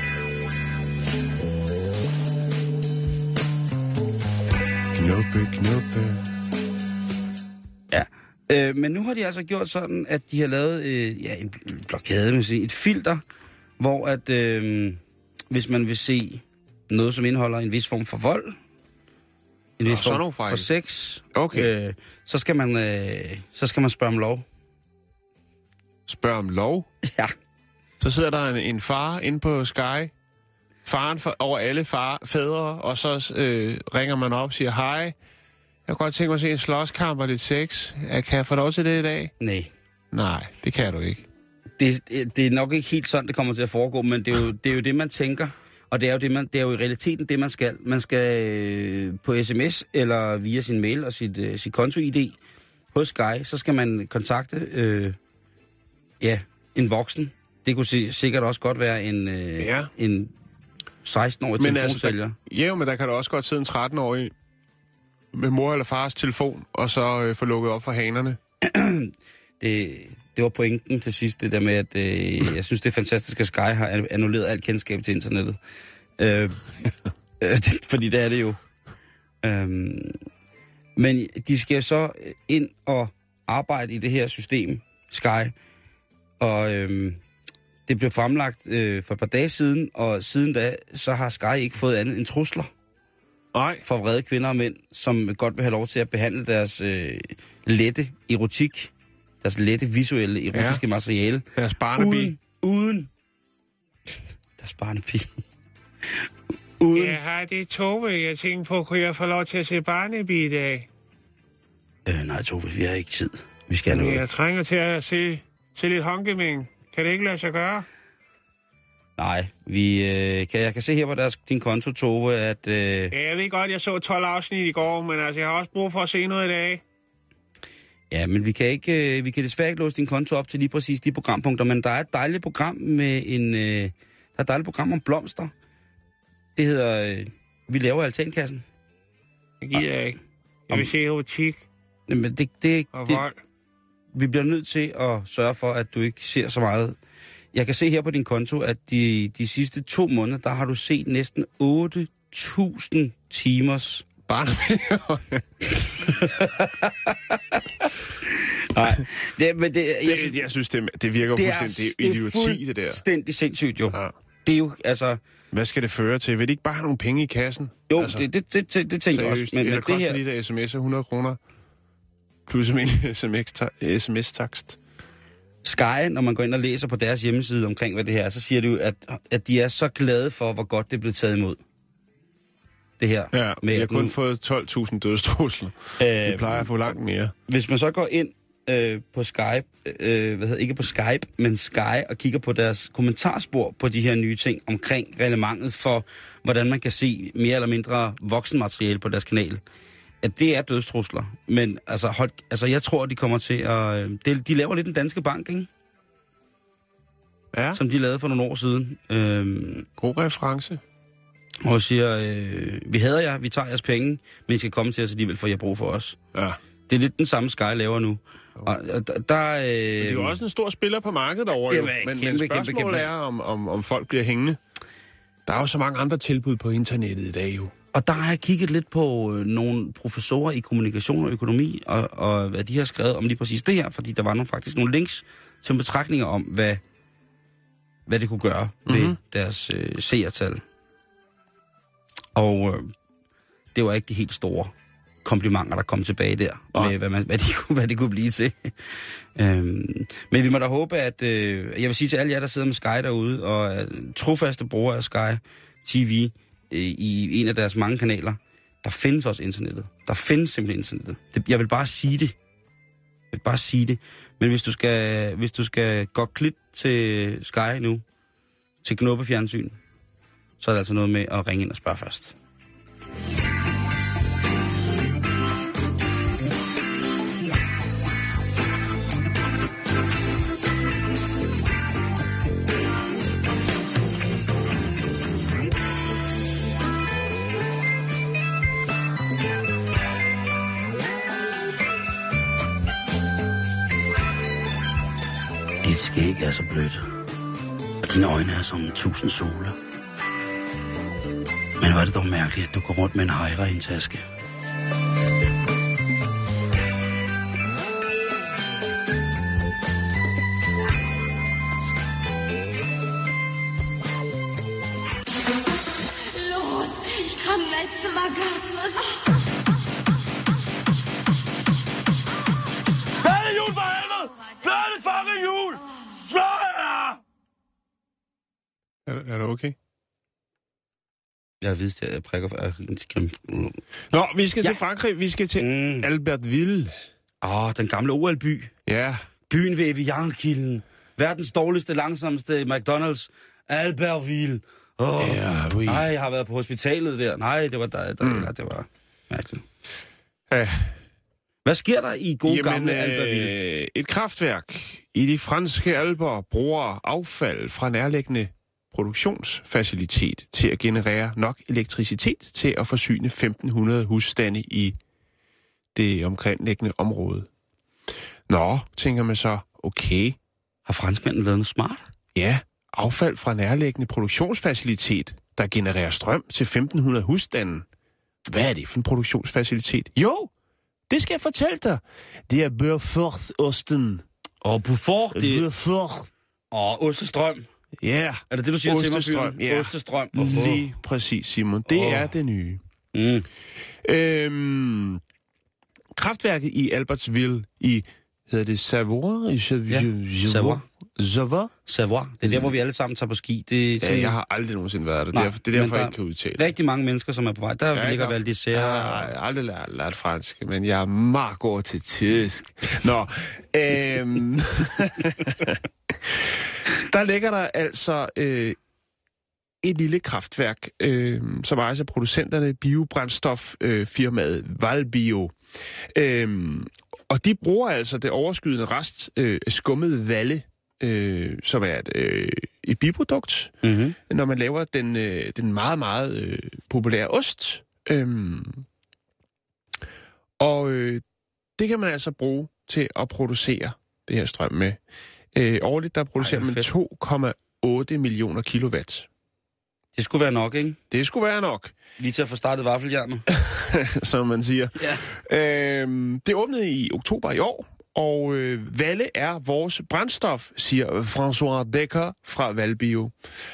Knuppe. Ja. Men nu har de altså gjort sådan, at de har lavet en blokade, man siger, et filter, hvor at hvis man vil se noget, som indeholder en vis form for vold, en vis form for sex, okay. Så skal man spørge om lov. Spørge om lov? Ja. Så sidder der en far inde på Sky, faren over alle fædre, og så ringer man op og siger, hej, jeg kunne godt tænke mig at se en slåskamp og lidt sex. Kan jeg få lov til det i dag? Nej, det kan du ikke. Det er nok ikke helt sådan, det kommer til at foregå, men det er jo det, man tænker. Og det er jo i realiteten det, man skal. Man skal på sms eller via sin mail og sit konto-ID hos Sky, så skal man kontakte en voksen. Det kunne sikkert også godt være en 16-årig telefonsælger. Altså, men der kan da også godt sidde en 13-årig med mor eller fars telefon, og så få lukket op for hanerne. Det var pointen til sidst, det der med, at jeg synes, det er fantastisk, at Sky har annulleret alt kendskab til internettet. Fordi det er det jo. Men de skal så ind og arbejde i det her system, Sky. Og det blev fremlagt for et par dage siden, og siden da, så har Sky ikke fået andet end trusler. For vrede kvinder og mænd, som godt vil have lov til at behandle deres lette erotik, deres lette visuelle erotiske materiale. Deres barnebi. Uden. Deres barnebi. Uden. Ja, hej, det er Tove. Jeg tænkte på, kunne jeg få lov til at se barnebi i dag? Nej, Tove, vi har ikke tid. Vi skal noget. Jeg trænger til at se lidt håndgemæng. Kan det ikke lade sig gøre? Nej, jeg kan se her på din konto, Tove, at... Ja, jeg ved godt, jeg så 12 afsnit i går, men altså, jeg har også brug for at se noget i dag. Ja, men vi kan desværre ikke låse din konto op til lige præcis de programpunkter, men der er et dejligt program med der er et dejligt program om blomster. Det hedder Vi laver altankassen. Det giver jeg ikke. Jeg vil se erotik. Men og vold. Vi bliver nødt til at sørge for, at du ikke ser så meget. Jeg kan se her på din konto, at de sidste 2 måneder, der har du set næsten 8.000 timers barnebi. Nej, jeg synes, det virker fuldstændig idioti, det der. Det er fuldstændig sindssygt, jo. Ja. Det er jo, altså... Hvad skal det føre til? Vil de ikke bare have nogle penge i kassen? Jo, altså, det tænker jeg også. Men det koster lige der sms'er 100 kroner. Plus en sms-takst. Sky, når man går ind og læser på deres hjemmeside omkring, hvad det her er, så siger de jo, at de er så glade for, hvor godt det er blevet taget imod. Det her. Ja, vi har kun fået 12.000 dødstrusler. Vi plejer at få langt mere. Hvis man så går ind på Skype, ikke på Skype, men Sky, og kigger på deres kommentarspor på de her nye ting omkring reglementet for, hvordan man kan se mere eller mindre voksenmateriale på deres kanal, at det er dødstrusler. Men altså jeg tror, de kommer til at... De laver lidt en danske bank, ikke? Ja. Som de lavede for nogle år siden. God reference. Og siger, vi hader jer, vi tager jeres penge, men I skal komme til os alligevel, for I har brug for os. Ja. Det er lidt den samme Sky laver nu. Og der, det er jo også en stor spiller på markedet over, jo. Men spørgsmålet er, om folk bliver hængende. Der er jo så mange andre tilbud på internettet i dag, jo. Og der har jeg kigget lidt på nogle professorer i kommunikation og økonomi, og hvad de har skrevet om lige præcis det her, fordi der var faktisk nogle links til betragtninger om, hvad det kunne gøre ved deres seertal. Og det var ikke de helt store. komplimenter, der kom tilbage der, med hvad det kunne blive til. Men vi må da håbe, at... jeg vil sige til alle jer, der sidder med Sky derude, og trofaste brugere af Sky TV i en af deres mange kanaler, der findes også internettet. Der findes simpelthen internettet. Jeg vil bare sige det. Men hvis du skal gå klit til Sky nu, til knuppefjernsyn, så er det altså noget med at ringe ind og spørge først. Dit skæg er så blødt, og dine øjne er som 1000 sole. Men hvor er det dog mærkeligt, at du går rundt med en hejre i en taske. Los, ich komm gleich zum Orgasmus. Glade jul for helvede! Glade fucking jul! Slå jer! Er det okay? Jeg vidste, at jeg prikker for... Nå, vi skal til Frankrig. Vi skal til Albertville. Den gamle OL-by. Ja. Byen ved Evian-kilden. Verdens dårligste, langsomste McDonald's. Albertville. Ja, oui. Nej, jeg har været på hospitalet der. Nej, det var det var mærkeligt. Hvad sker der i gamle Albertville? Et kraftværk i de franske alper bruger affald fra nærliggende produktionsfacilitet til at generere nok elektricitet til at forsyne 1.500 husstande i det omkringliggende område. Nå, tænker man så, okay. Har franskmændene lavet noget smart? Ja, affald fra nærliggende produktionsfacilitet, der genererer strøm til 1.500 husstande. Hvad er det for en produktionsfacilitet? Jo, det skal jeg fortælle dig. Det er Beaufort-osten. Beaufort, det er... Beaufort. Ostestrøm. Ja. Yeah. Er det det, du siger Ostestrøm, til mig? Ja. Ostestrøm. Lige præcis, Simon. Det er det nye. Kraftværket i Albertville i, hedder det Savoie? Savoie. Det er der, hvor vi alle sammen tager på ski. Jeg har aldrig nogensinde været der. Det er derfor, jeg ikke kan udtale. Rigtig mange mennesker, som er på vej. Der ligger Val d'Isère. Jeg har aldrig lært fransk, men jeg er meget god til tysk. Nå, der ligger der altså et lille kraftværk, som ejes af producenterne biobrændstoffirmaet Valbio. Og de bruger altså det overskydende rest skummede valle, som er et biprodukt, når man laver den meget, meget populære ost. Det kan man altså bruge til at producere det her strøm med. Årligt der producerer man 2,8 millioner kilowatt. Det skulle være nok, ikke? Det skulle være nok. Lige til at få startet vaffeljernet. Som man siger. Ja. Det åbnede i oktober i år, og valle er vores brændstof, siger François Decker fra Valbio.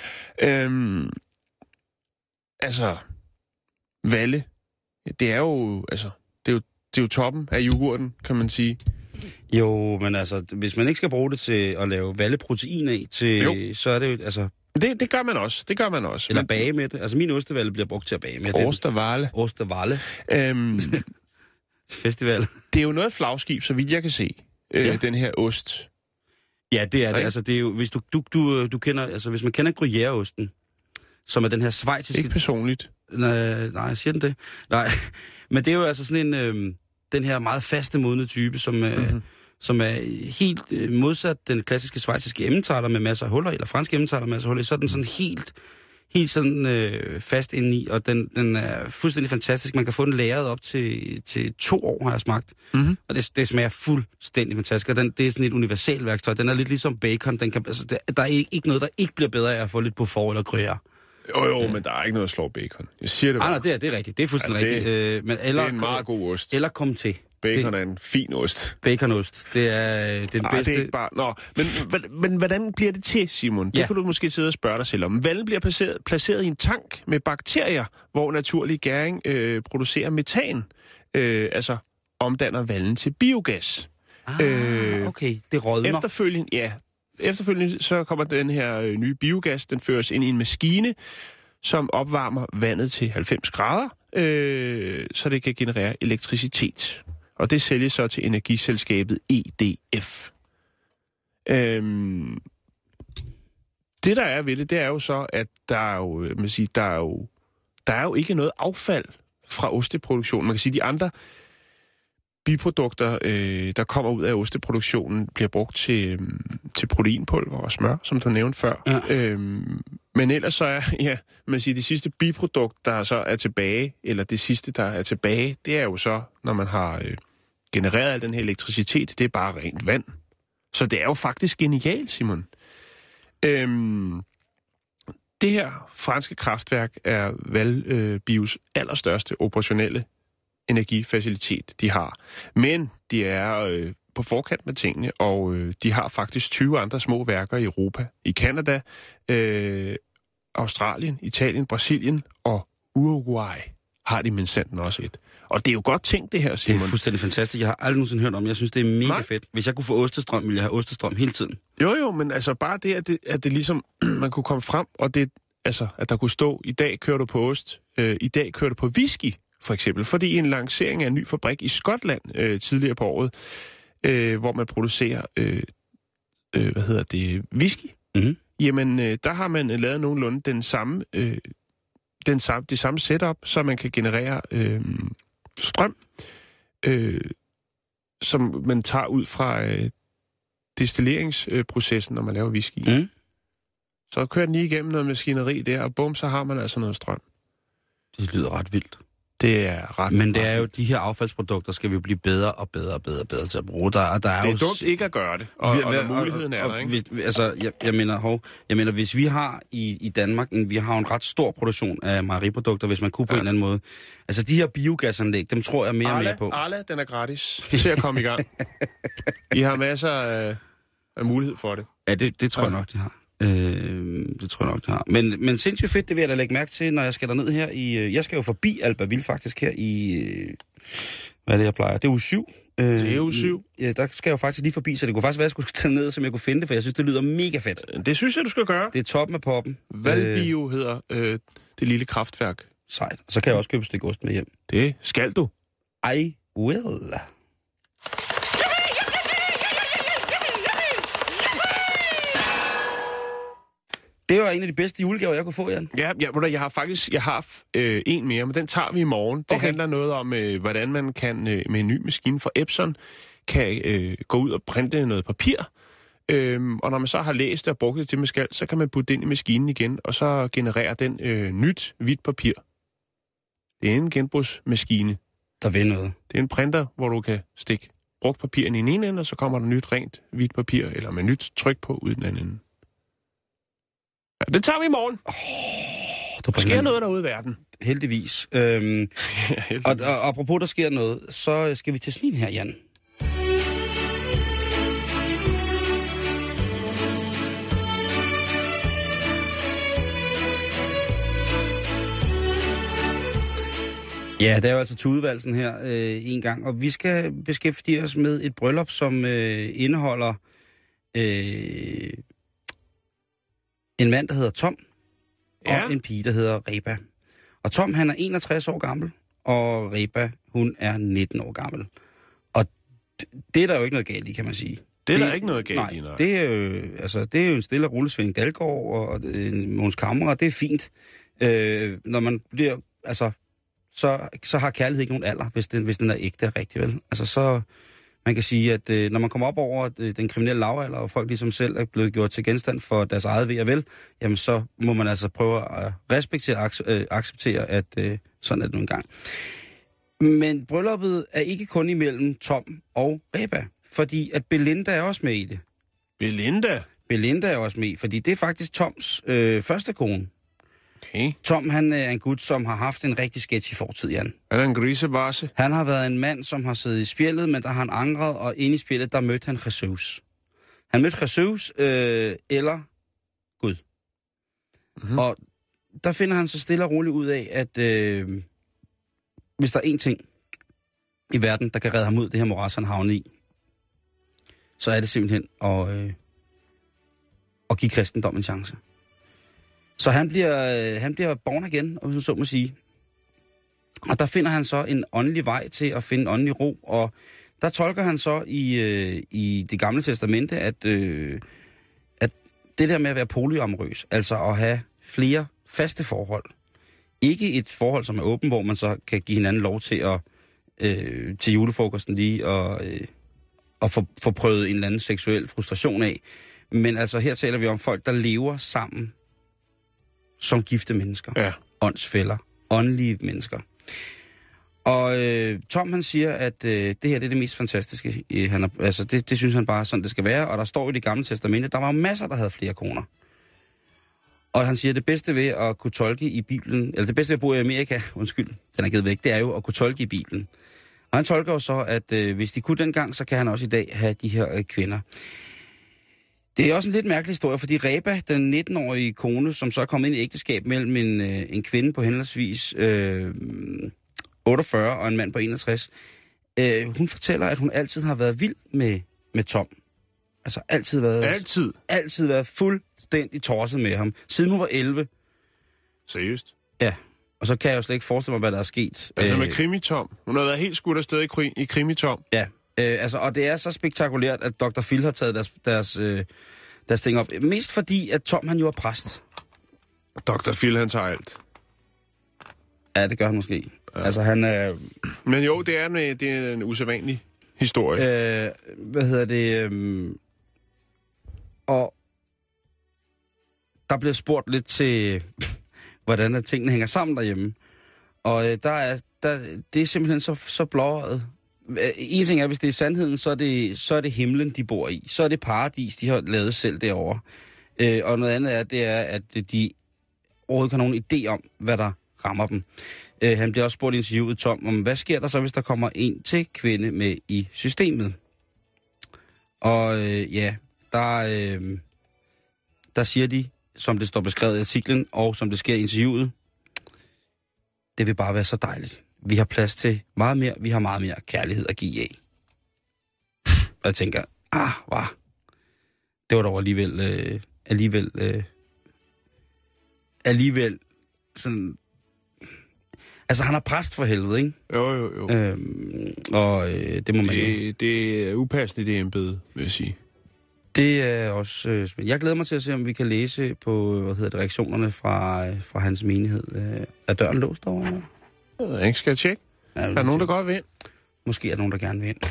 Valle, det er jo, det er jo toppen af yoghurten, kan man sige. Jo, men hvis man ikke skal bruge det til at lave valleprotein af, så er det jo, Det gør man også. Eller bage med det. Min ostevalle bliver brugt til at bage med det. Ostervalle. Festival. Det er jo noget flagskib, så vidt jeg kan se, den her ost. Ja, det er det. Det er jo, hvis du kender, hvis man kender Gruyère-osten, som er den her schweiziske... Ikke personligt. Nej, siger den det? Nej, men det er jo altså sådan en, den her meget faste modne type, som er helt modsat den klassiske schweiziske emmentaler med masser af huller, eller franske emmentaler med masser af huller, så er den sådan helt sådan fast indeni, og den er fuldstændig fantastisk. Man kan få den lagret op til 2 år, har jeg smagt. Og det smager fuldstændig fantastisk. Og det er sådan et universalt værktøj. Den er lidt ligesom bacon. Der er ikke noget, der ikke bliver bedre af at få lidt på for eller Gruyère. Jo, men der er ikke noget at slå bacon. Jeg siger det bare. Nej, det er rigtigt. Det er fuldstændig rigtigt. Det er en meget god ost. Eller kom til. Bacon er en fin ost. Baconost, det er den bedste. Det er ikke bare... Nå, men hvordan bliver det til, Simon? Det kan du måske sidde og spørge dig selv om. Vallen bliver placeret i en tank med bakterier, hvor naturlig gæring producerer metan. altså omdanner vallen til biogas. Okay, det rådner. Efterfølgende så kommer den her nye biogas, den føres ind i en maskine, som opvarmer vandet til 90 grader, så det kan generere elektricitet. Og det sælges så til energiselskabet EDF. Det der er ved det er jo så, at der er jo ikke noget affald fra osteproduktionen. Man kan sige, at de andre biprodukter, der kommer ud af osteproduktionen, bliver brugt til proteinpulver og smør, som du nævnte før. Ja. Men ellers så er, det sidste biprodukt, der så er tilbage, eller det sidste, der er tilbage, det er jo så, når man har genereret al den her elektricitet, det er bare rent vand. Så det er jo faktisk genialt, Simon. Det her franske kraftværk er Valbios allerstørste operationelle energifacilitet, de har. Men de er på forkant med tingene, og de har faktisk 20 andre små værker i Europa. I Canada, Australien, Italien, Brasilien og Uruguay har de mindsandt også et. Og det er jo godt tænkt, det her, Simon. Det er fuldstændig fantastisk. Jeg har aldrig nogensinde hørt om. Jeg synes, det er mega fedt. Hvis jeg kunne få ostestrøm, ville jeg have ostestrøm hele tiden. Jo, men altså bare det, at det ligesom, man kunne komme frem, og det, altså, at der kunne stå, i dag kører du på ost, i dag kører du på whisky, for eksempel. Fordi en lancering af en ny fabrik i Skotland tidligere på året, hvor man producerer, whisky. Mm-hmm. Jamen, der har man lavet nogenlunde det samme setup, så man kan generere strøm, som man tager ud fra destilleringsprocessen, når man laver whisky. Mm. Så kører den lige igennem noget maskineri der, og bum, så har man altså noget strøm. Det lyder ret vildt. Det er ret. Men det er jo, de her affaldsprodukter skal vi jo blive bedre og bedre til at bruge. Der er det er jo dumt ikke at gøre det, og muligheden er der, ikke? Jeg mener, hvis vi har i Danmark, vi har jo en ret stor produktion af mejeriprodukter, hvis man kunne på en eller anden måde. Altså de her biogasanlæg, dem tror jeg mere og mere på. Arla, den er gratis til at komme i gang. I har masser af mulighed for det. Ja, det tror jeg nok, de har. Det tror jeg nok, det har. Men sindssygt fedt, det vil jeg da lægge mærke til, når jeg skal derned her i... Jeg skal jo forbi Albertville faktisk her i... Hvad er det, jeg plejer? Det er uge 7. Det er uge 7. Ja, der skal jeg jo faktisk lige forbi, så det kunne faktisk være, at jeg skulle tage ned, så jeg kunne finde det, for jeg synes, det lyder mega fedt. Det synes jeg, du skal gøre. Det er toppen af poppen. Valbio hedder det lille kraftværk. Sejt. Og så kan jeg også købe et stykke ost med hjem. Det skal du. I will. Det var en af de bedste julegaver, jeg kunne få, Jan. Ja, jeg har en mere, men den tager vi i morgen. Det handler noget om, hvordan man kan med en ny maskine fra Epson kan gå ud og printe noget papir. Og når man så har læst det og brugt det til med skal, så kan man putte det ind i maskinen igen, og så genererer den nyt hvidt papir. Det er en genbrugsmaskine. Der vil noget. Det er en printer, hvor du kan stikke brugt papir i den ene ende, og så kommer der nyt rent hvidt papir, eller med nyt tryk på ud den anden ende. Ja, det tager vi i morgen. Der sker noget derude i verden. Heldigvis. Heldigvis. Og apropos, der sker noget, så skal vi til smil her, Jan. Ja, det er jo altså til udvalgelsen her en gang, og vi skal beskæftige os med et bryllup, som indeholder en mand, der hedder Tom, og en pige, der hedder Reba. Og Tom, han er 61 år gammel, og Reba, hun er 19 år gammel. Og det er der jo ikke noget galt i, kan man sige. Det er der ikke noget galt i, nej. Det er jo en stille og rolig Svend Dalgaard og Måns Kammerer, det er fint. Når man bliver, altså, så har kærlighed ikke nogen alder, hvis den er ægte rigtig, vel? Altså, så... Man kan sige, at når man kommer op over den kriminelle lavalder, og folk ligesom selv er blevet gjort til genstand for deres eget ved og vel, jamen så må man altså prøve at respektere og acceptere, at sådan er det nu engang. Men brylluppet er ikke kun imellem Tom og Reba, fordi at Belinda er også med i det. Belinda er også med, fordi det er faktisk Toms første kone. Okay. Tom, han er en gut, som har haft en rigtig sketchy fortid, Jan. Er der en grisebasse? Han har været en mand, som har siddet i spjældet, men der har han angret, og inde i spjældet, der mødte han Jesus. Han mødte Jesus, eller Gud. Mm-hmm. Og der finder han så stille og roligt ud af, at hvis der er én ting, i verden, der kan redde ham ud det her moras, han havner i, så er det simpelthen at give kristendom en chance. Så han bliver born igen, om så må sige. Og der finder han så en åndelig vej til at finde åndelig ro, og der tolker han så i det gamle testamente, at det der med at være polyamorøs, altså at have flere faste forhold, ikke et forhold, som er åbent, hvor man så kan give hinanden lov til at til julefrokosten lige og få prøvet en eller anden seksuel frustration af. Men altså her taler vi om folk, der lever sammen som gifte mennesker. Ja. Åndsfæller. Åndelige mennesker. Og Tom han siger, at det her det er det mest fantastiske. Det synes han bare sådan, det skal være. Og der står i det gamle testamente, der var masser, der havde flere koner. Og han siger, at det bedste ved at kunne tolke i Bibelen, eller det bedste ved at bo i Amerika, den er givet væk, det er jo at kunne tolke i Bibelen. Og han tolker jo så, at hvis de kunne dengang, så kan han også i dag have de her kvinder. Det er også en lidt mærkelig historie, fordi Reba, den 19-årige kone, som så er kommet ind i ægteskab mellem en kvinde på henholdsvis 48 og en mand på 61, hun fortæller, at hun altid har været vild med Tom. Altså altid været fuldstændig torset med ham, siden hun var 11. Seriøst? Ja, og så kan jeg jo slet ikke forestille mig, hvad der er sket. Altså med Krimi-Tom. Hun har været helt skudt afsted i Krimi-Tom. Ja, og det er så spektakulært, at Dr. Phil har taget deres ting op. Mest fordi, at Tom han jo er præst. Dr. Phil, han tager alt. Ja, det gør han måske. Ja. Altså han er... Men jo, det er en usædvanlig historie. Og der bliver spurgt lidt til, hvordan tingene hænger sammen derhjemme. Og det er simpelthen så blåret. En ting er, hvis det er sandheden, så er det himlen, de bor i. Så er det paradis, de har lavet selv derovre. Og noget andet er, at de overhovedet ikke har nogen idé om, hvad der rammer dem. Han bliver også spurgt i interviewet, Tom, om hvad sker der så, hvis der kommer en til kvinde med i systemet? Og der siger de, som det står beskrevet i artiklen, og som det sker i interviewet, det vil bare være så dejligt. Vi har plads til meget mere, vi har meget mere kærlighed at give af. Og jeg tænker, det var dog alligevel sådan... Altså, han er præst for helvede, ikke? Jo. Det må man det er upassende, det embede, vil jeg sige. Det er også... jeg glæder mig til at se, om vi kan læse på, reaktionerne fra hans menighed. Er døren låst derovre? Jeg ved ikke, skal jeg tjekke? Ja, er der nogen, der godt vil ind? Måske er der nogen, der gerne vil ind.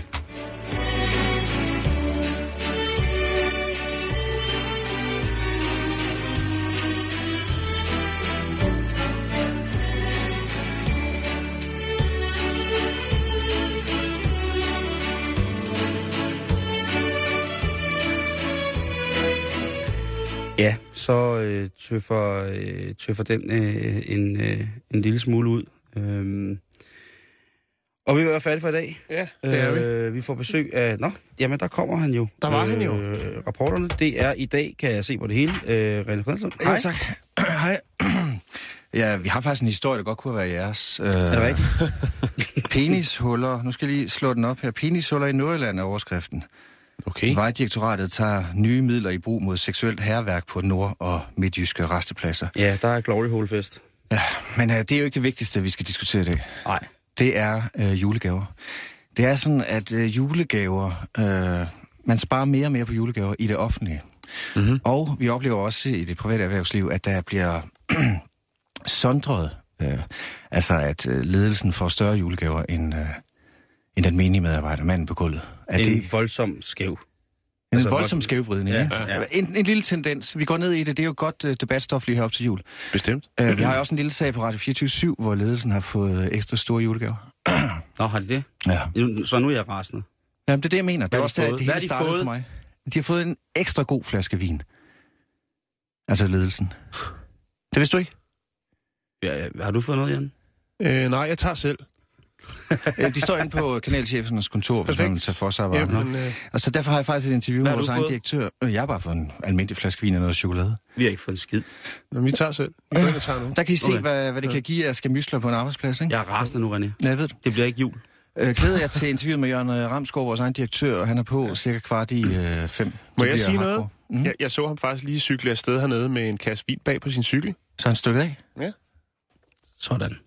Ja, så tøffer den en lille smule ud. Og vi vil være færdige for i dag. Ja, det er vi. Vi får besøg af... Jamen der kommer han jo. Der var han jo. Rapporterne, det er i dag, kan jeg se på det hele. René Fredslund. Hej. Ja, tak. Hej. Ja, vi har faktisk en historie, der godt kunne være jeres. Er det rigtigt? Penishuller. Nu skal jeg lige slå den op her. Penishuller i Nordjylland er overskriften. Okay. Vejdirektoratet tager nye midler i brug mod seksuelt hærværk på nord- og midtjyske rastepladser. Ja, der er glory hole fest. Ja, men det er jo ikke det vigtigste, vi skal diskutere i dag. Nej. Det er julegaver. Det er sådan, at julegaver... man sparer mere og mere på julegaver i det offentlige. Mm-hmm. Og vi oplever også i det private erhvervsliv, at der bliver sondret. Altså, at ledelsen får større julegaver end den menige medarbejder, manden på gulvet. Voldsom skæv. En voldsom skævvridning, ja. En lille tendens. Vi går ned i det. Det er jo godt debatstof lige herop til jul. Bestemt. Vi har jo også en lille sag på Radio 24/7, hvor ledelsen har fået ekstra store julegaver. Nå, har de det? Ja. Så nu er jeg rasende. Jamen, det er det, jeg mener. Det er også det hele startede for mig. De har fået en ekstra god flaske vin. Altså ledelsen. Det vidste du ikke? Ja, har du fået noget, Jan? Nej, jeg tager selv. De står inde på kanalchefens kontor, hvis man tager for sig. Og så derfor har jeg faktisk et interview med vores egen direktør. Jeg har bare fået en almindelig flaske vin og noget chokolade. Vi har ikke fået en skid. Nå, vi tager selv. Der kan I se, hvad det kan give af skamysler på en arbejdsplads, ikke? Jeg er rasende nu, René. Ja, jeg ved det. Det bliver ikke jul. Glæder jeg til interviewet med Jørgen Ramskov, vores egen direktør, og han er på cirka 4:45. Må jeg sige noget? Jeg så ham faktisk lige cykle afsted hernede med en kasse vin bag på sin cykel. Så han stykket af? Ja. Sådan.